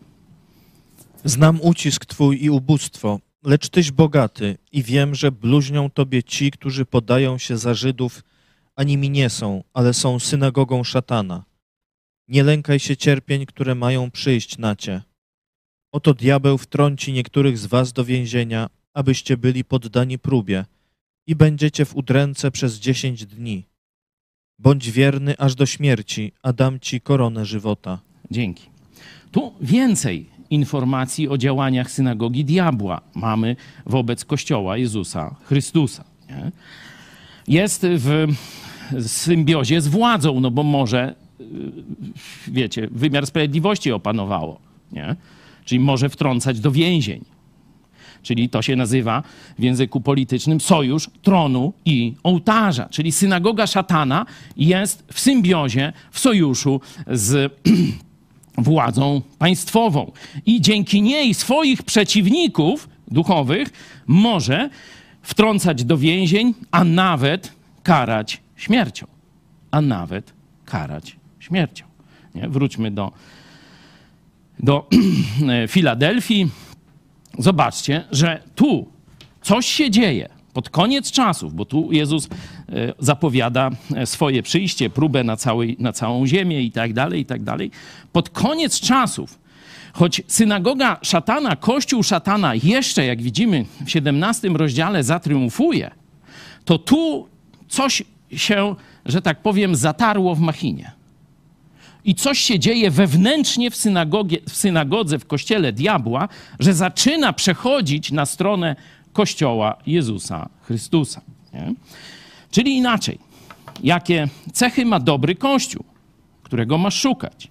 Znam ucisk twój i ubóstwo, lecz tyś bogaty i wiem, że bluźnią tobie ci, którzy podają się za Żydów, a nimi nie są, ale są synagogą szatana. Nie lękaj się cierpień, które mają przyjść na cię. Oto diabeł wtrąci niektórych z was do więzienia, abyście byli poddani próbie i będziecie w udręce przez 10 dni. Bądź wierny aż do śmierci, a dam ci koronę żywota. Dzięki. Tu więcej informacji o działaniach synagogi diabła mamy wobec Kościoła Jezusa Chrystusa. Nie? Jest w symbiozie z władzą, no bo może, wiecie, wymiar sprawiedliwości opanowało, nie? Czyli może wtrącać do więzień. Czyli to się nazywa w języku politycznym sojusz tronu i ołtarza. Czyli synagoga szatana jest w symbiozie, w sojuszu z władzą państwową. I dzięki niej swoich przeciwników duchowych może wtrącać do więzień, a nawet karać śmiercią. A nawet karać śmiercią. Nie? Wróćmy do Filadelfii. Zobaczcie, że tu coś się dzieje pod koniec czasów, bo tu Jezus zapowiada swoje przyjście, próbę na całą ziemię i tak dalej. Pod koniec czasów, choć synagoga szatana, kościół szatana jeszcze, jak widzimy w 17 rozdziale, zatriumfuje, to tu coś się, że tak powiem, zatarło w machinie. I coś się dzieje wewnętrznie w synagodze, w kościele diabła, że zaczyna przechodzić na stronę Kościoła Jezusa Chrystusa. Nie? Czyli inaczej, jakie cechy ma dobry Kościół, którego masz szukać?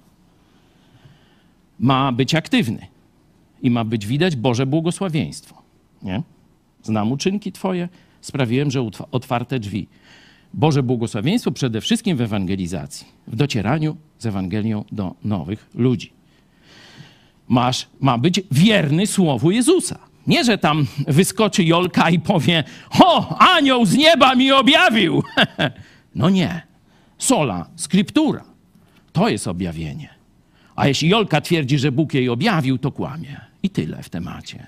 Ma być aktywny i ma być widać Boże błogosławieństwo. Nie? Znam uczynki Twoje, sprawiłem, że otwarte drzwi. Boże błogosławieństwo przede wszystkim w ewangelizacji, w docieraniu z Ewangelią do nowych ludzi. Ma być wierny Słowu Jezusa. Nie, że tam wyskoczy Jolka i powie: o, anioł z nieba mi objawił. No nie. Sola scriptura. To jest objawienie. A jeśli Jolka twierdzi, że Bóg jej objawił, to kłamie. I tyle w temacie.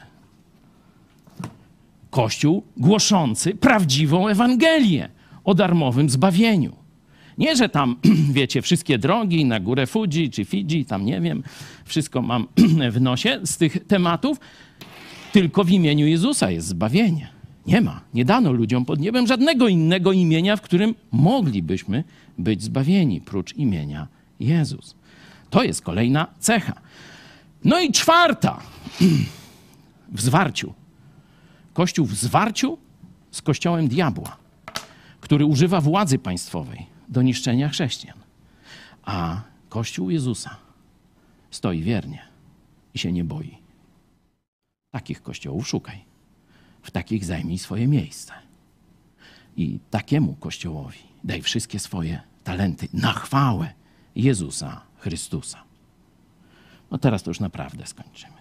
Kościół głoszący prawdziwą Ewangelię o darmowym zbawieniu. Nie, że tam, wiecie, wszystkie drogi na górę Fudzi czy Fidżi, tam nie wiem, wszystko mam w nosie z tych tematów, tylko w imieniu Jezusa jest zbawienie. Nie ma, nie dano ludziom pod niebem żadnego innego imienia, w którym moglibyśmy być zbawieni, prócz imienia Jezus. To jest kolejna cecha. No i czwarta, w zwarciu. Kościół w zwarciu z kościołem diabła, który używa władzy państwowej do niszczenia chrześcijan. A Kościół Jezusa stoi wiernie i się nie boi. Takich kościołów szukaj. W takich zajmij swoje miejsce. I takiemu kościołowi daj wszystkie swoje talenty na chwałę Jezusa Chrystusa. No teraz to już naprawdę skończymy.